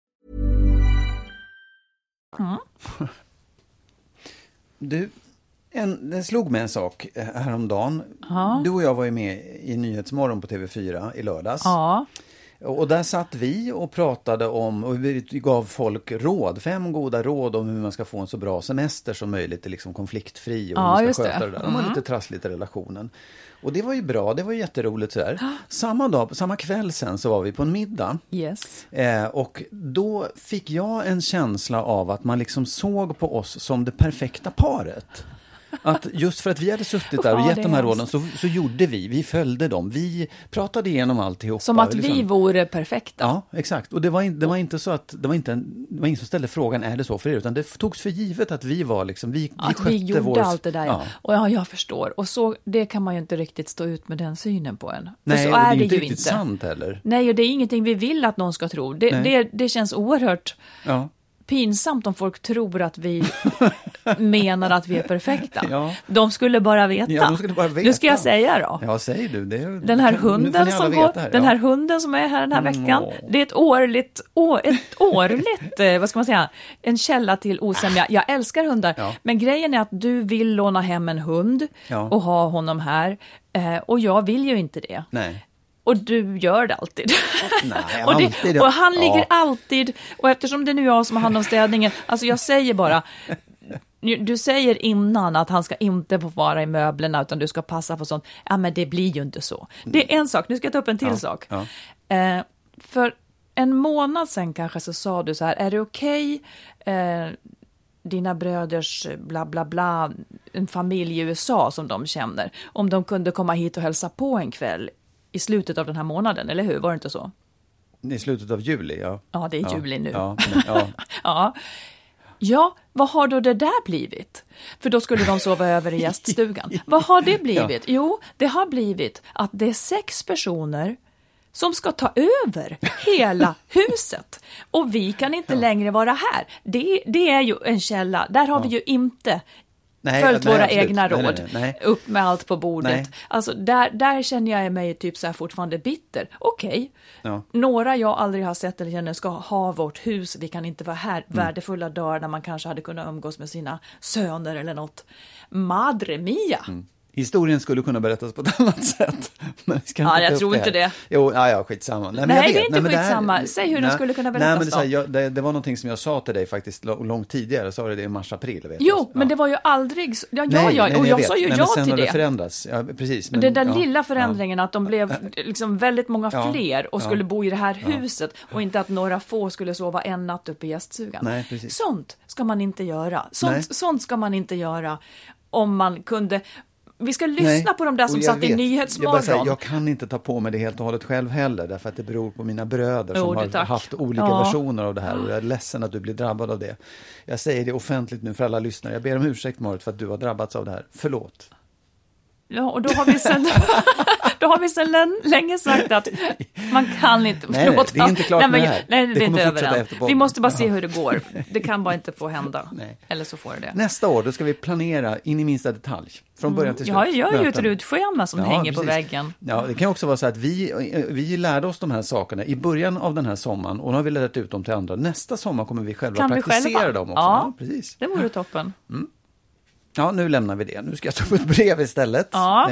Speaker 5: Du, det slog mig en sak häromdagen. Du och jag var ju med i Nyhetsmorgon på TV4 i lördags.
Speaker 3: Ja.
Speaker 5: Och där satt vi och pratade om, och vi gav folk 5 goda råd om hur man ska få en så bra semester som möjligt, liksom konfliktfri och hur man ska sköta det där. De var lite trassligt i relationen. Och det var ju bra, det var ju jätteroligt sådär. Samma kväll sen så var vi på en middag.
Speaker 3: Yes.
Speaker 5: Och då fick jag en känsla av att man liksom såg på oss som det perfekta paret. Att just för att vi hade suttit där och gett de här råden så gjorde vi följde dem. Vi pratade igenom alltihopa.
Speaker 3: Som att vi vore perfekta.
Speaker 5: Ja, exakt. Och det var inte så att det var ingen som ställde frågan, är det så för er? Utan det togs för givet att vi var liksom, vi
Speaker 3: gjorde allt det där. Ja. Och jag förstår. Och så, det kan man ju inte riktigt stå ut med den synen på en.
Speaker 5: Nej,
Speaker 3: för så
Speaker 5: och
Speaker 3: är
Speaker 5: det är
Speaker 3: det
Speaker 5: inte
Speaker 3: ju
Speaker 5: riktigt
Speaker 3: inte
Speaker 5: sant heller.
Speaker 3: Nej, och det är ingenting vi vill att någon ska tro. Det känns oerhört pinsamt om folk tror att vi menar att vi är perfekta. Ja. De skulle bara veta.
Speaker 5: Ja,
Speaker 3: Nu ska jag säga då.
Speaker 5: Ja, säger du.
Speaker 3: Den här hunden som går, den här hunden som är här den här veckan, det är ett årligt, vad ska man säga, en källa till osämja. Jag älskar hundar, men grejen är att du vill låna hem en hund och ha honom här, och jag vill ju inte det.
Speaker 5: Nej.
Speaker 3: Och du gör det alltid.
Speaker 5: Nej,
Speaker 3: och han ligger alltid, och eftersom det nu är jag som har hand om städningen, alltså jag säger bara, du säger innan att han ska inte få vara i möblerna utan du ska passa på sånt. Ja, men det blir ju inte så. Det är en sak, nu ska jag ta upp en till sak. Ja. För en månad sedan kanske så sa du så här, är det okej, dina bröders bla bla bla, en familj i USA som de känner, om de kunde komma hit och hälsa på en kväll i slutet av den här månaden, eller hur? Var det inte så?
Speaker 5: I slutet av juli, ja.
Speaker 3: Ja, det är juli nu.
Speaker 5: Ja.
Speaker 3: Ja, vad har då det där blivit? För då skulle de sova över i gäststugan. Vad har det blivit? Jo, det har blivit att det är 6 personer som ska ta över hela huset. Och vi kan inte längre vara här. Det är ju en källa. Där har vi ju inte följt våra egna råd. Nej. Upp med allt på bordet. Nej. Alltså där känner jag mig typ så här fortfarande bitter. Okej. Ja. Några jag aldrig har sett eller känner ska ha vårt hus. Vi kan inte vara här värdefulla dagar när man kanske hade kunnat umgås med sina söner eller något. Madre mia.
Speaker 5: Historien skulle kunna berättas på ett annat sätt. Men
Speaker 3: jag tror inte det.
Speaker 5: Jo, skitsamma. Nej,
Speaker 3: det är inte skitsamma. Säg hur den skulle kunna berättas
Speaker 5: det var någonting som jag sa till dig faktiskt långt tidigare. Jag sa det i mars-april.
Speaker 3: Men det var ju aldrig... Jag sa ju ja till det.
Speaker 5: Förändras. Ja, precis.
Speaker 3: Men den där lilla förändringen att de blev liksom väldigt många fler och skulle bo i det här huset och inte att några få skulle sova en natt uppe i gäststugan.
Speaker 5: Nej, precis.
Speaker 3: Sånt ska man inte göra. Sånt ska man inte göra om man kunde... Vi ska lyssna på de där som satt i Nyhetsmorgon.
Speaker 5: Jag kan inte ta på mig det helt och hållet själv heller. Därför att det beror på mina bröder som har haft olika versioner av det här. Och jag är ledsen att du blir drabbad av det. Jag säger det offentligt nu för alla lyssnare. Jag ber om ursäkt, Marit, för att du har drabbats av det här. Förlåt.
Speaker 3: Ja, och då har vi sedan länge sagt att man kan inte...
Speaker 5: Nej, det är inte klart med det här.
Speaker 3: Nej, det är inte överallt. Vi måste bara se hur det går. Det kan bara inte få hända. Nej. Eller så får det.
Speaker 5: Nästa år, då ska vi planera in i minsta detalj. Från början till slut.
Speaker 3: Jag gör ju ett rutschema som hänger på väggen.
Speaker 5: Ja, det kan också vara så att vi lärde oss de här sakerna i början av den här sommaren. Och nu har vi lärt ut dem till andra. Nästa sommar kommer vi själva praktisera dem också.
Speaker 3: Ja, precis. Det vore toppen.
Speaker 5: Ja, nu lämnar vi det. Nu ska jag ta upp ett brev istället.
Speaker 3: Ja.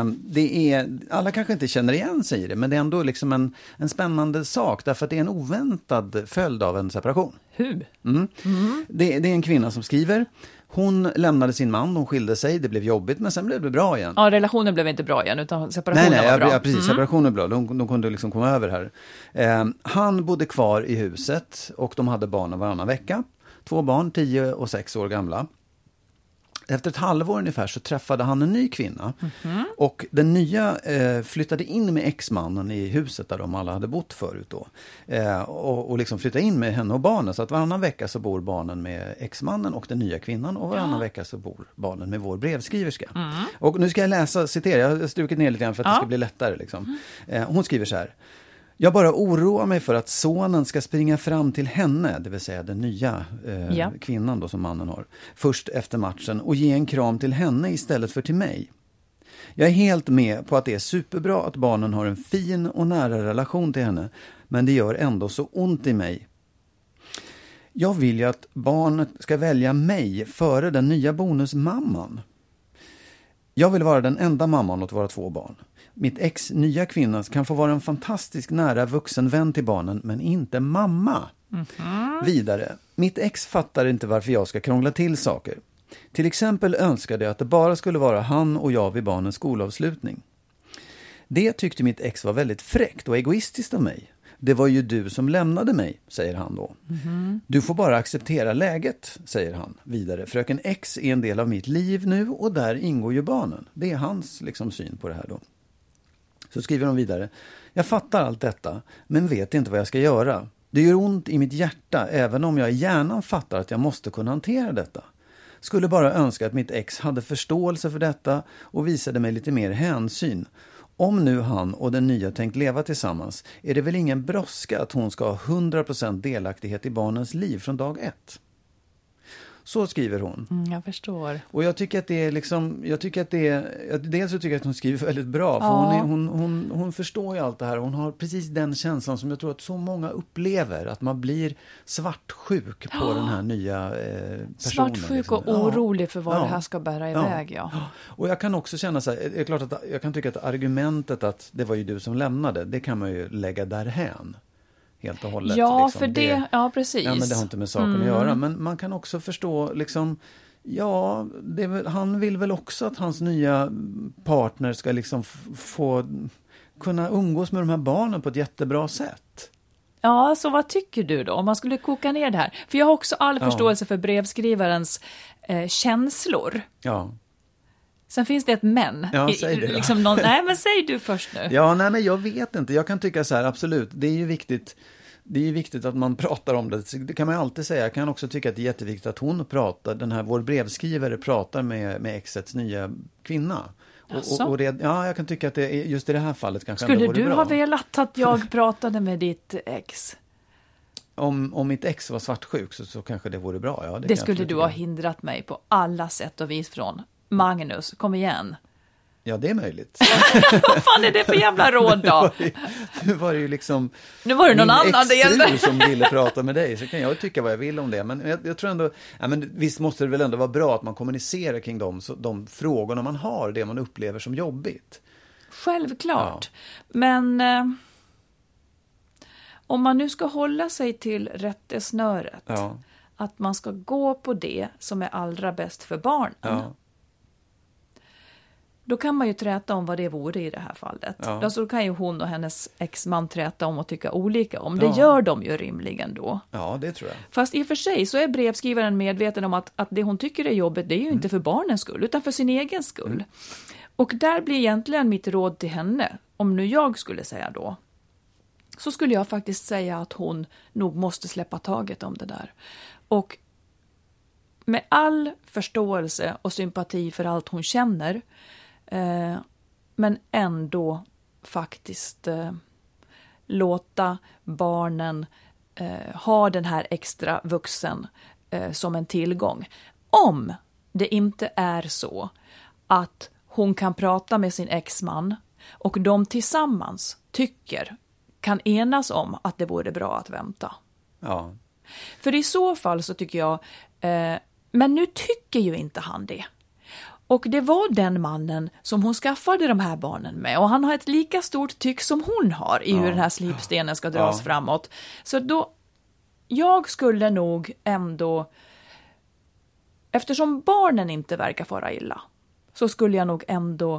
Speaker 5: Alla kanske inte känner igen sig i det, men det är ändå liksom en spännande sak, därför att det är en oväntad följd av en separation.
Speaker 3: Hur?
Speaker 5: Det är en kvinna som skriver. Hon lämnade sin man, de skilde sig, det blev jobbigt, men sen blev det bra igen.
Speaker 3: Ja, relationen blev inte bra igen, utan separationen var bra.
Speaker 5: Ja, precis, separationen blev bra. De kunde liksom komma över här. Han bodde kvar i huset och de hade barn varannan vecka. 2 barn, 10 och 6 år gamla. Efter ett halvår ungefär så träffade han en ny kvinna. Och den nya flyttade in med exmannen i huset där de alla hade bott förut då. Och liksom flyttade in med henne och barnen. Så att varannan vecka så bor barnen med exmannen och den nya kvinnan. Och varannan vecka så bor barnen med vår brevskriverska. Och nu ska jag citera, jag har strukit ner lite grann för att det ska bli lättare. Liksom. Hon skriver så här. Jag bara oroar mig för att sonen ska springa fram till henne, det vill säga den nya kvinnan då som mannen har, först efter matchen och ge en kram till henne istället för till mig. Jag är helt med på att det är superbra att barnen har en fin och nära relation till henne, men det gör ändå så ont i mig. Jag vill ju att barnet ska välja mig före den nya bonusmamman. Jag vill vara den enda mamman åt våra 2 barn. Mitt ex nya kvinna kan få vara en fantastisk nära vuxen vän till barnen, men inte mamma. Vidare, mitt ex fattar inte varför jag ska krångla till saker. Till exempel önskade jag att det bara skulle vara han och jag vid barnens skolavslutning. Det tyckte mitt ex var väldigt fräckt och egoistiskt av mig. Det var ju du som lämnade mig, säger han då. Du får bara acceptera läget, säger han vidare. Fröken X är en del av mitt liv nu och där ingår ju barnen. Det är hans liksom syn på det här då. Så skriver de vidare. Jag fattar allt detta, men vet inte vad jag ska göra. Det gör ont i mitt hjärta, även om jag i hjärnan fattar att jag måste kunna hantera detta. Skulle bara önska att mitt ex hade förståelse för detta och visade mig lite mer hänsyn. Om nu han och den nya tänkt leva tillsammans, är det väl ingen brådska att hon ska ha 100% delaktighet i barnens liv från dag 1. Så skriver hon.
Speaker 3: Jag förstår.
Speaker 5: Och jag tycker att det är liksom, dels så tycker jag att hon skriver väldigt bra. För hon förstår ju allt det här. Hon har precis den känslan som jag tror att så många upplever. Att man blir svartsjuk på den här nya personen.
Speaker 3: Svartsjuk liksom. Och orolig för vad det här ska bära iväg. Ja.
Speaker 5: Och jag kan också känna så här, det är klart att jag kan tycka att argumentet att det var ju du som lämnade, det kan man ju lägga därhän. Helt och hållet.
Speaker 3: Ja,
Speaker 5: liksom.
Speaker 3: för det, ja precis.
Speaker 5: Ja, men det har inte med saken att göra. Men man kan också förstå, liksom, ja, han vill väl också att hans nya partner ska liksom få kunna umgås med de här barnen på ett jättebra sätt.
Speaker 3: Ja, så vad tycker du då? Om man skulle koka ner det här. För jag har också all förståelse för brevskrivarens känslor.
Speaker 5: Ja.
Speaker 3: Sen finns det ett men.
Speaker 5: Ja, säg det
Speaker 3: liksom nej, men säg du först nu.
Speaker 5: Ja, nej, men jag vet inte. Jag kan tycka så här, absolut. Det är ju viktigt att man pratar om det. Det kan man ju alltid säga. Jag kan också tycka att det är jätteviktigt att hon pratar, vår brevskrivare pratar med exets nya kvinna. Och det, ja, jag kan tycka att det är, just i det här fallet kanske
Speaker 3: skulle
Speaker 5: ändå vore
Speaker 3: du
Speaker 5: bra.
Speaker 3: ha velat att jag pratade med ditt ex?
Speaker 5: Om mitt ex var svartsjuk så kanske det vore bra. Ja,
Speaker 3: det skulle du ha hindrat mig på alla sätt och vis från. Magnus, kom igen.
Speaker 5: Ja, det är möjligt.
Speaker 3: Vad fan är det för jävla råd då?
Speaker 5: Nu var det ju liksom...
Speaker 3: Nu var det någon annan det gällde.
Speaker 5: som ville prata med dig, så kan jag tycka vad jag vill om det. Men jag tror ändå... Ja, men visst måste det väl ändå vara bra att man kommunicerar kring de frågorna man har, det man upplever som jobbigt.
Speaker 3: Självklart. Ja. Men om man nu ska hålla sig till rättesnöret, att man ska gå på det som är allra bäst för barnen. Ja. Då kan man ju träta om vad det vore i det här fallet. Ja. Alltså då kan ju hon och hennes exman träta om och tycka olika om. Det gör de ju rimligen då.
Speaker 5: Ja, det tror jag.
Speaker 3: Fast i och för sig så är brevskrivaren medveten om att det hon tycker är jobbigt, det är ju inte för barnens skull, utan för sin egen skull. Och där blir egentligen mitt råd till henne, om nu jag skulle säga då, så skulle jag faktiskt säga att hon nog måste släppa taget om det där. Och med all förståelse och sympati för allt hon känner, men ändå faktiskt låta barnen ha den här extra vuxen som en tillgång. Om det inte är så att hon kan prata med sin exman och de tillsammans kan enas om att det vore bra att vänta.
Speaker 5: Ja.
Speaker 3: För i så fall så tycker jag, men nu tycker ju inte han det. Och det var den mannen som hon skaffade de här barnen med. Och han har ett lika stort tyck som hon har i hur den här slipstenen ska dras framåt. Så då, jag skulle nog ändå, eftersom barnen inte verkar fara illa, så skulle jag nog ändå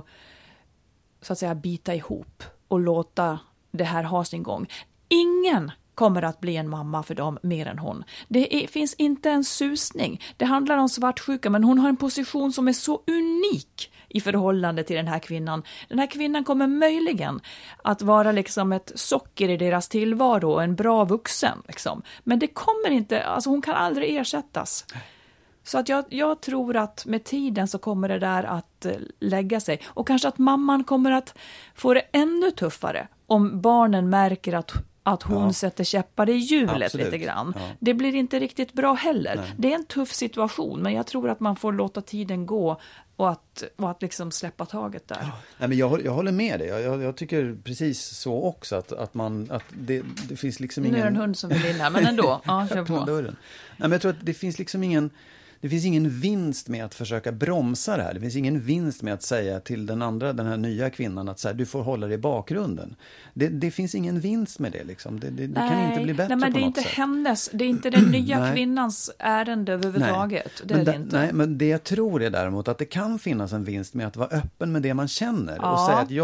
Speaker 3: så att säga bita ihop och låta det här ha sin gång. Ingen kommer att bli en mamma för dem mer än hon. Finns inte en susning. Det handlar om svartsjuka, men hon har en position som är så unik i förhållande till den här kvinnan. Den här kvinnan kommer möjligen att vara liksom ett socker i deras tillvaro och en bra vuxen. Liksom. Men det kommer inte, alltså hon kan aldrig ersättas. Så att jag tror att med tiden så kommer det där att lägga sig. Och kanske att mamman kommer att få det ännu tuffare om barnen märker att hon sätter käppar i hjulet lite grann. Ja. Det blir inte riktigt bra heller. Nej. Det är en tuff situation, men jag tror att man får låta tiden gå och att liksom släppa taget där.
Speaker 5: Ja. Nej, men jag håller med dig. Jag tycker precis så också att det finns liksom ingen...
Speaker 3: Nu är det en hund som vill in här, men ändå. Ja, kör på.
Speaker 5: Dörren. Nej, men jag tror att det finns liksom ingen... Det finns ingen vinst med att försöka bromsa det här. Det finns ingen vinst med att säga till den här nya kvinnan att så här, du får hålla dig i bakgrunden. Det finns ingen vinst med det liksom. Det kan inte bli bättre på något sätt.
Speaker 3: Men det är inte hennes, det är inte den nya kvinnans ärende överhuvudtaget.
Speaker 5: Det är det inte. Nej, men det jag tror är däremot att det kan finnas en vinst med att vara öppen med det man känner. Och säga att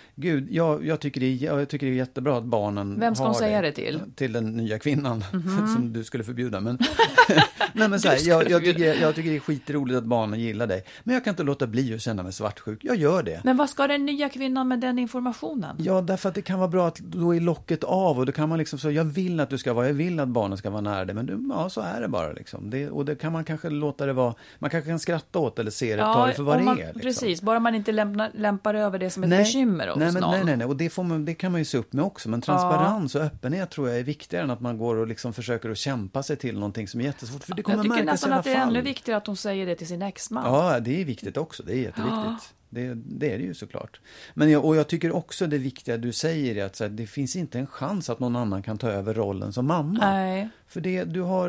Speaker 5: jag tycker det är jättebra att barnen
Speaker 3: Vem ska hon säga det till?
Speaker 5: Till den nya kvinnan som du skulle förbjuda. Men, nej, men så här, jag tycker det är skitroligt att barnen gillar dig. Men jag kan inte låta bli att känna mig svartsjuk. Jag gör det.
Speaker 3: Men vad ska den nya kvinnan med den informationen?
Speaker 5: Ja, därför att det kan vara bra att då är locket av och då kan man liksom så, jag vill att barnen ska vara nära dig, men så är det bara liksom. Och det kan man kanske låta det vara, man kanske kan skratta åt eller se det, ta det för vad det är. Liksom.
Speaker 3: Precis, bara man inte lämpar över det som ett bekymmer hos någon.
Speaker 5: Nej, och det kan man ju se upp med också, men transparens och öppenhet tror jag är viktigare än att man går och liksom försöker att kämpa sig till någonting som är jättesvårt, för det kommer märkas i alla fall. Jag tycker nästan
Speaker 3: att det är ännu viktigare att hon säger det till sin exman.
Speaker 5: Ja, det är viktigt också, det är jätteviktigt. Det är det ju såklart. Men jag tycker också det viktiga du säger är att så här, det finns inte en chans att någon annan kan ta över rollen som mamma.
Speaker 3: Nej.
Speaker 5: För det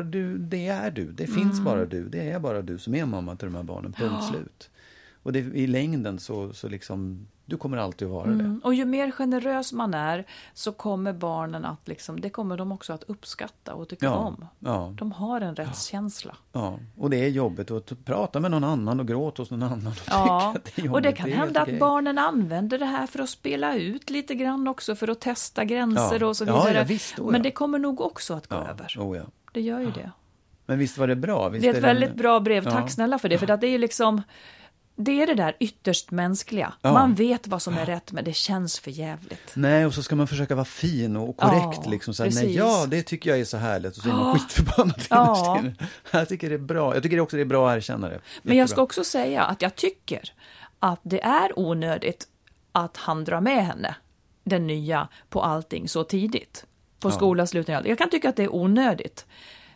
Speaker 5: är du. Det finns bara du. Det är bara du som är mamma till de här barnen. Punkt slut. Och i längden så liksom, du kommer alltid att vara det.
Speaker 3: Och ju mer generös man är så kommer barnen att liksom, det kommer de också att uppskatta och tycka om. Ja. De har en rättskänsla.
Speaker 5: Ja, och det är jobbigt att prata med någon annan och gråta hos någon annan.
Speaker 3: Och det kan hända att barnen använder det här för att spela ut lite grann också, för att testa gränser och så vidare.
Speaker 5: Ja, visst,
Speaker 3: men det kommer nog också att gå över. Det gör ju det.
Speaker 5: Men visst var det bra?
Speaker 3: Det är ett väldigt bra brev. Tack snälla för det. För att det är ju liksom... Det är det där ytterst mänskliga. Man vet vad som är rätt, men det känns för jävligt.
Speaker 5: Nej, och så ska man försöka vara fin och korrekt. Liksom, så här, nej, det tycker jag är så härligt. Och så är man skitförbannad. Jag tycker det är bra. Jag tycker också det är bra att erkänna det.
Speaker 3: Men jag ska också säga att jag tycker att det är onödigt att han drar med henne, den nya, på allting så tidigt. På skolavslutning. Jag kan tycka att det är onödigt.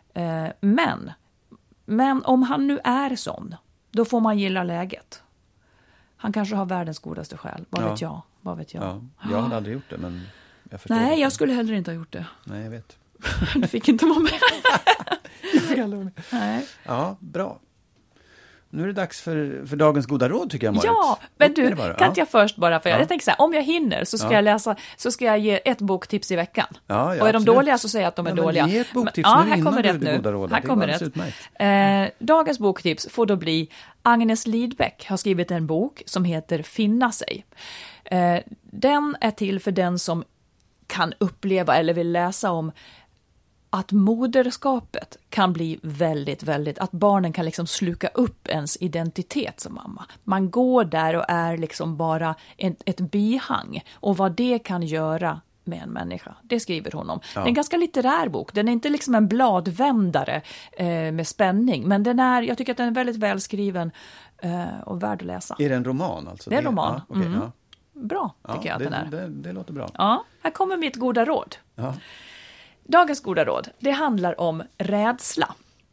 Speaker 3: Men om han nu är sån, då får man gilla läget. Han kanske har världens godaste själ. Vad vet jag?
Speaker 5: Ja, jag hade aldrig gjort det, men jag förstår.
Speaker 3: Nej, jag skulle heller inte ha gjort det.
Speaker 5: Nej, jag vet.
Speaker 3: Du fick inte vara med.
Speaker 5: Jag fick aldrig vara med.
Speaker 3: Nej.
Speaker 5: Ja, bra. Nu är det dags för dagens goda råd, tycker jag, Marit.
Speaker 3: Ja, men du, kan inte jag först bara, för jag tänker så här, om jag hinner så ska jag läsa, så ska jag ge ett boktips i veckan. Och är
Speaker 5: absolut.
Speaker 3: De dåliga så säger jag att de är dåliga.
Speaker 5: Men ge ett boktips
Speaker 3: men, här kommer rätt nu. Här kommer rätt. Dagens boktips får då bli Agnes Lidbeck har skrivit en bok som heter Finna sig. Den är till för den som kan uppleva eller vill läsa om att moderskapet kan bli väldigt, väldigt, att barnen kan liksom sluka upp ens identitet som mamma. Man går där och är liksom bara ett bihang, och vad det kan göra med en människa. Det skriver hon om. Det är en ganska litterär bok. Den är inte liksom en bladvändare med spänning, men jag tycker att den är väldigt välskriven och värd att läsa.
Speaker 5: Är det en roman alltså?
Speaker 3: Det är en roman.
Speaker 5: Ja, okay,
Speaker 3: Bra, tycker jag att den är.
Speaker 5: Det låter bra.
Speaker 3: Ja, här kommer mitt goda råd.
Speaker 5: Ja.
Speaker 3: Dagens goda råd, det handlar om rädsla.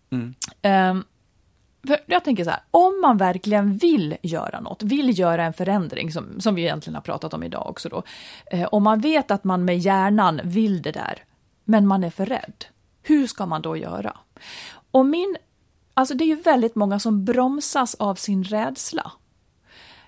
Speaker 3: För jag tänker så här, om man verkligen vill göra något, vill göra en förändring, som vi egentligen har pratat om idag också då. Om man vet att man med hjärnan vill det där, men man är för rädd. Hur ska man då göra? Och alltså det är ju väldigt många som bromsas av sin rädsla.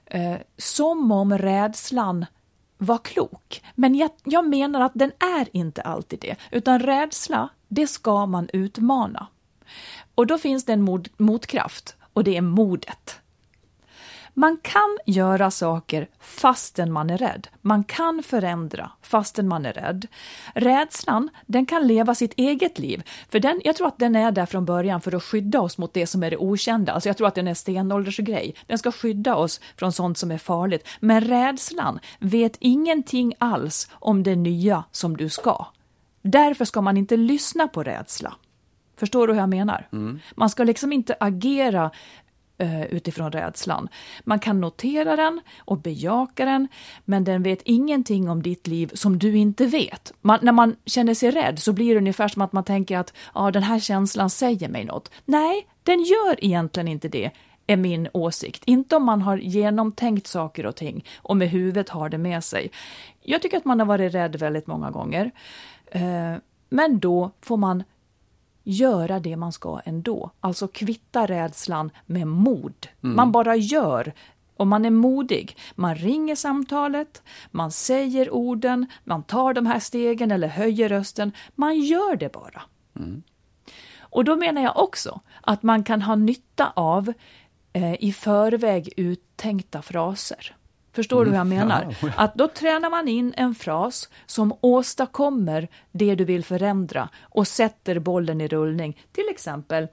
Speaker 3: som om rädslan var klok. Men jag menar att den är inte alltid det. Utan rädsla, det ska man utmana. Och då finns det en motkraft. Och det är modet. Man kan göra saker fastän man är rädd. Man kan förändra fastän man är rädd. Rädslan, den kan leva sitt eget liv. För jag tror att den är där från början för att skydda oss mot det som är det okända. Alltså jag tror att den är stenåldersgrej. Den ska skydda oss från sånt som är farligt. Men rädslan vet ingenting alls om det nya som du ska. Därför ska man inte lyssna på rädsla. Förstår du hur jag menar? Man ska liksom inte agera utifrån rädslan. Man kan notera den och bejaka den, men den vet ingenting om ditt liv som du inte vet. När man känner sig rädd så blir det ungefär som att man tänker att den här känslan säger mig något. Nej, den gör egentligen inte det, är min åsikt. Inte om man har genomtänkt saker och ting och med huvudet har det med sig. Jag tycker att man har varit rädd väldigt många gånger. Men då får man göra det man ska ändå. Alltså kvitta rädslan med mod. Man bara gör. Och man är modig. Man ringer samtalet. Man säger orden. Man tar de här stegen eller höjer rösten. Man gör det bara. Och då menar jag också att man kan ha nytta av i förväg uttänkta fraser. Förstår du hur jag menar?
Speaker 5: Ja.
Speaker 3: Att då tränar man in en fras som åstadkommer det du vill förändra och sätter bollen i rullning. Till exempel,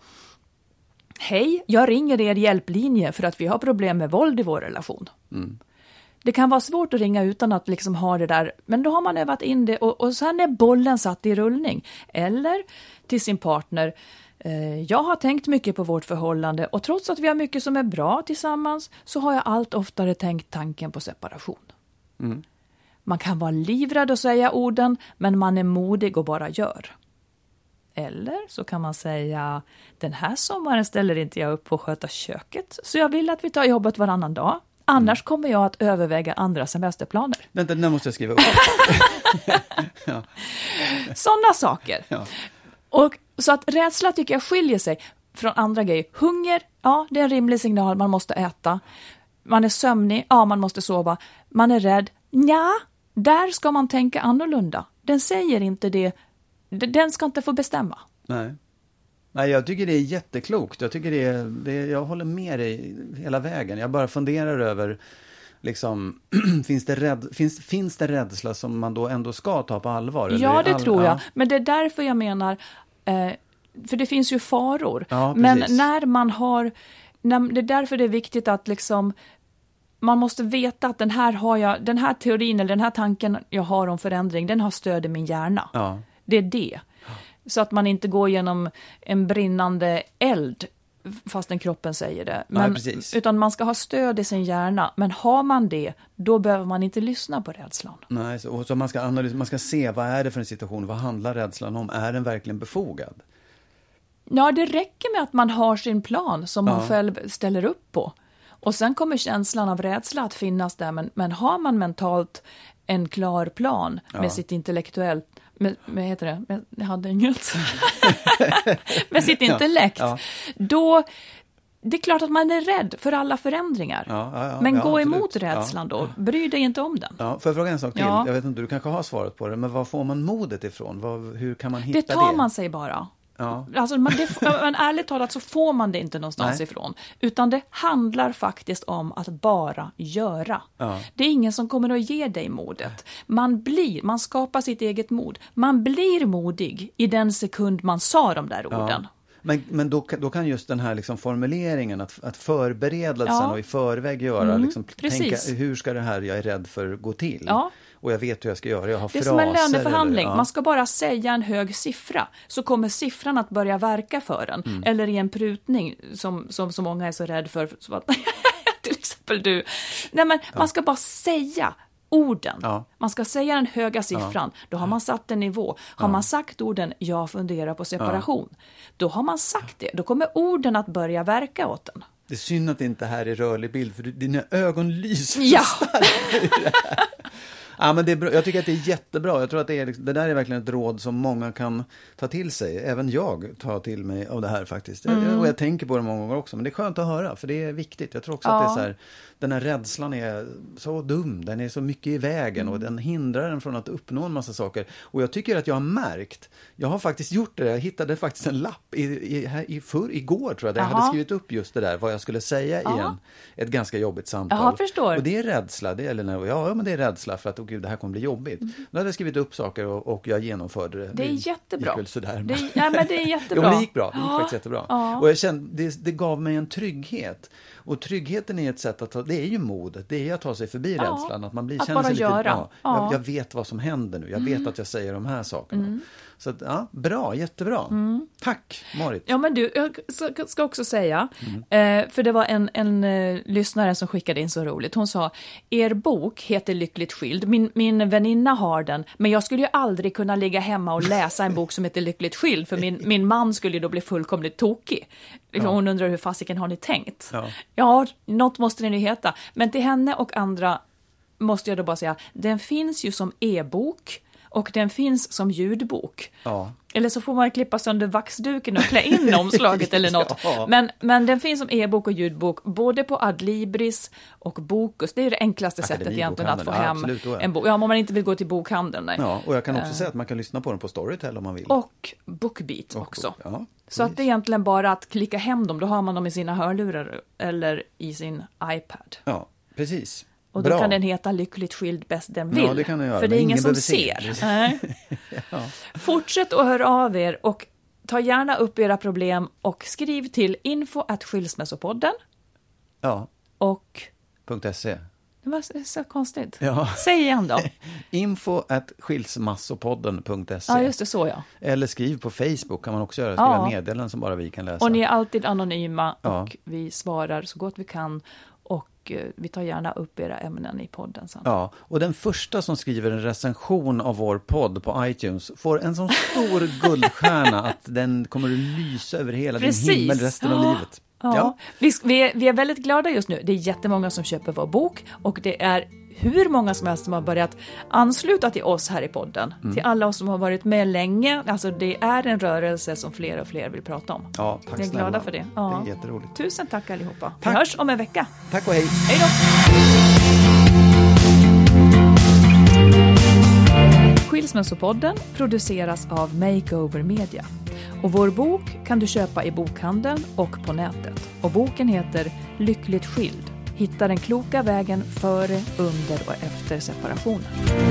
Speaker 3: hej, jag ringer er hjälplinje för att vi har problem med våld i vår relation. Det kan vara svårt att ringa utan att liksom ha det där, men då har man övat in det och sen är bollen satt i rullning. Eller till sin partner, jag har tänkt mycket på vårt förhållande och trots att vi har mycket som är bra tillsammans så har jag allt oftare tänkt tanken på separation. Man kan vara livrädd att säga orden, men man är modig och bara gör. Eller så kan man säga, den här sommaren ställer inte jag upp på att sköta köket så jag vill att vi tar jobbet varannan dag. Annars kommer jag att överväga andra semesterplaner.
Speaker 5: Vänta, den måste jag skriva upp. Ja.
Speaker 3: Sådana saker.
Speaker 5: Ja.
Speaker 3: Och så att rädsla tycker jag skiljer sig från andra grejer. Hunger, ja det är en rimlig signal, man måste äta. Man är sömnig, ja man måste sova. Man är rädd, ja där ska man tänka annorlunda. Den säger inte det, den ska inte få bestämma.
Speaker 5: Nej, jag tycker det är jätteklokt. Jag tycker jag håller med dig hela vägen. Jag bara funderar över liksom, finns det rädsla som man då ändå ska ta på allvar?
Speaker 3: Ja, det tror jag. Men det är därför jag menar, för det finns ju faror.
Speaker 5: Ja,
Speaker 3: men det är därför det är viktigt att liksom, man måste veta att den här teorin eller den här tanken jag har om förändring, den har stöd i min hjärna.
Speaker 5: Ja.
Speaker 3: Det är det. Så att man inte går genom en brinnande eld fastän kroppen säger det. Utan man ska ha stöd i sin hjärna. Men har man det, då behöver man inte lyssna på rädslan.
Speaker 5: Nej, så man ska analysera, man ska se vad är det för en situation, vad handlar rädslan om, är den verkligen befogad?
Speaker 3: Ja, det räcker med att man har sin plan som man själv ställer upp på. Och sen kommer känslan av rädsla att finnas där. Men har man mentalt en klar plan med sitt intellektuellt, med sitt intellekt, då det är klart att man är rädd för alla förändringar. Men gå emot rädslan då. Bry dig inte om den.
Speaker 5: Ja, får jag fråga en sak till? Jag vet inte, du kanske har svaret på det, men var får man modet ifrån? Hur kan man hitta det?
Speaker 3: Det tar man sig bara. Ja. Alltså, men ärligt talat så får man det inte någonstans ifrån. Utan det handlar faktiskt om att bara göra. Ja. Det är ingen som kommer att ge dig modet. Man skapar sitt eget mod. Man blir modig i den sekund man sa de där orden.
Speaker 5: Men då kan just den här liksom formuleringen, att förberedelsen och i förväg göra, liksom, tänka hur ska det här jag är rädd för gå till? Ja. Och jag vet hur jag ska göra, jag har fraser. Det är som en löneförhandling, man ska bara säga en hög siffra så kommer siffran att börja verka för en. Eller i en prutning som så många är så rädd för till exempel du. Nej, men man ska bara säga orden. Ja. Man ska säga den höga siffran. Då har man satt en nivå. Har man sagt orden, jag funderar på separation. Då har man sagt det. Då kommer orden att börja verka åt den. Det är synd att det inte här är rörlig bild, för dina ögon lyser
Speaker 3: så
Speaker 5: starkt. Ja, men det är bra. Jag tycker att det är jättebra. Jag tror att det där är verkligen ett råd som många kan ta till sig. Även jag tar till mig av det här faktiskt. Och jag tänker på det många gånger också. Men det är skönt att höra, för det är viktigt. Jag tror också att det är så här, den här rädslan är så dum. Den är så mycket i vägen och den hindrar en från att uppnå en massa saker. Och jag tycker att jag har märkt, jag har faktiskt gjort det. Jag hittade faktiskt en lapp igår tror jag. Där jag hade skrivit upp just det där, vad jag skulle säga i ett ganska jobbigt samtal.
Speaker 3: Jag förstår.
Speaker 5: Och det är rädsla. Men det är rädsla för att det här kommer bli jobbigt. Då hade jag skrivit upp saker och jag genomförde det.
Speaker 3: Det är jättebra.
Speaker 5: Det sådär.
Speaker 3: Men det är jättebra.
Speaker 5: Det gick bra. Det gick faktiskt jättebra. Ja. Och jag kände, det gav mig en trygghet. Och tryggheten är ett sätt att det är ju modet. Det är att ta sig förbi rädslan. Att man känner sig lite, jag vet vad som händer nu. Jag vet att jag säger de här sakerna. Så att, bra, jättebra. Tack, Marit.
Speaker 3: Ja, men du, jag ska också säga, för det var en lyssnare som skickade in så roligt. Hon sa, er bok heter Lyckligt skild. Min väninna har den, men jag skulle ju aldrig kunna ligga hemma och läsa en bok som heter Lyckligt skild, för min man skulle ju då bli fullkomligt tokig. Hon undrar hur fasiken har ni tänkt? Ja, något måste den ju heta. Men till henne och andra måste jag då bara säga, den finns ju som e-bok. Och den finns som ljudbok. Ja. Eller så får man klippa sönder vaxduken och klä in omslaget eller något. Men den finns som e-bok och ljudbok både på Adlibris och Bokus. Det är det enklaste sättet egentligen att få hem en bok. Ja, om man inte vill gå till bokhandeln. Nej.
Speaker 5: Ja, och jag kan också säga att man kan lyssna på den på Storytel om man vill.
Speaker 3: Och Bookbeat också. Ja, så att det är egentligen bara att klicka hem dem. Då har man dem i sina hörlurar eller i sin iPad.
Speaker 5: Ja, precis.
Speaker 3: Och då kan den heta Lyckligt skild bäst den vill.
Speaker 5: Ja, det kan den göra.
Speaker 3: För det är ingen som ser. Fortsätt att höra av er och ta gärna upp era problem och skriv till info@skilsmässopodden.
Speaker 5: Ja.
Speaker 3: Och
Speaker 5: .se.
Speaker 3: Det var så konstigt.
Speaker 5: Ja.
Speaker 3: Säg igen då.
Speaker 5: info@skilsmassopodden.se.
Speaker 3: Ja, just det, så ja.
Speaker 5: Eller skriv på Facebook kan man också göra. Skriva meddelanden som bara vi kan läsa.
Speaker 3: Och ni är alltid anonyma och vi svarar så gott vi kan. Och vi tar gärna upp era ämnen i podden sen.
Speaker 5: Ja, och den första som skriver en recension av vår podd på iTunes får en sån stor guldstjärna att den kommer att lysa över hela din himmel resten av livet.
Speaker 3: Ja. Vi är väldigt glada just nu. Det är jättemånga som köper vår bok och det är hur många som helst som har börjat ansluta till oss här i podden. Till alla oss som har varit med länge. Alltså det är en rörelse som fler och fler vill prata om.
Speaker 5: Ja, tack snälla.
Speaker 3: Vi är glada för det. Ja.
Speaker 5: Det är jätteroligt.
Speaker 3: Tusen tack allihopa.
Speaker 5: Tack.
Speaker 3: Vi hörs om en vecka.
Speaker 5: Tack och hej.
Speaker 3: Hej då. Skilsmässopodden produceras av Makeover Media. Och vår bok kan du köpa i bokhandeln och på nätet. Och boken heter Lyckligt skild. Hitta den kloka vägen före, under och efter separationen.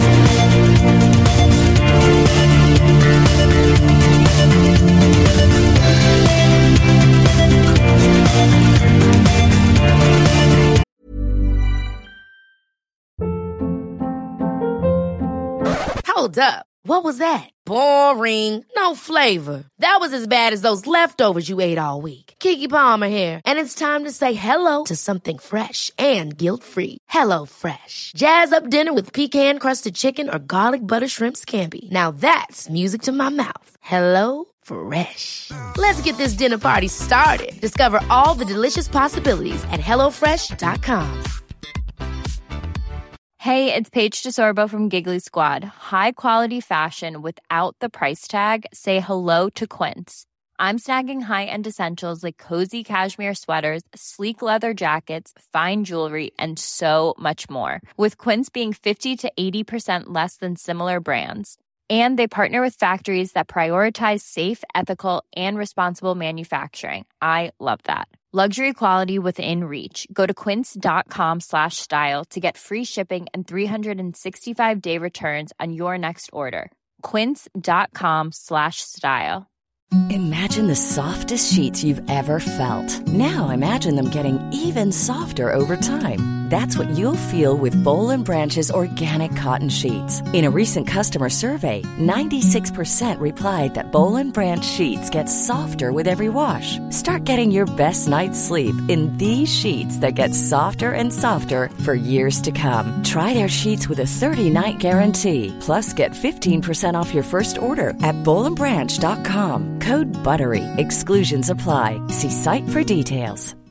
Speaker 7: Hold up. What was that? Boring. No flavor. That was as bad as those leftovers you ate all week. Keke Palmer here, and it's time to say hello to something fresh and guilt-free. Hello Fresh. Jazz up dinner with pecan-crusted chicken or garlic butter shrimp scampi. Now that's music to my mouth. Hello Fresh. Let's get this dinner party started. Discover all the delicious possibilities at hellofresh.com.
Speaker 8: Hey, it's Paige DeSorbo from Giggly Squad. High quality fashion without the price tag. Say hello to Quince. I'm snagging high-end essentials like cozy cashmere sweaters, sleek leather jackets, fine jewelry, and so much more. With Quince being 50 to 80% less than similar brands. And they partner with factories that prioritize safe, ethical, and responsible manufacturing. I love that. Luxury quality within reach. Go to quince.com/style to get free shipping and 365-day returns on your next order. Quince.com/style.
Speaker 9: Imagine the softest sheets you've ever felt. Now imagine them getting even softer over time. That's what you'll feel with Boll & Branch's organic cotton sheets. In a recent customer survey, 96% replied that Boll & Branch sheets get softer with every wash. Start getting your best night's sleep in these sheets that get softer and softer for years to come. Try their sheets with a 30-night guarantee. Plus, get 15% off your first order at bollandbranch.com. Code BUTTERY. Exclusions apply. See site for details.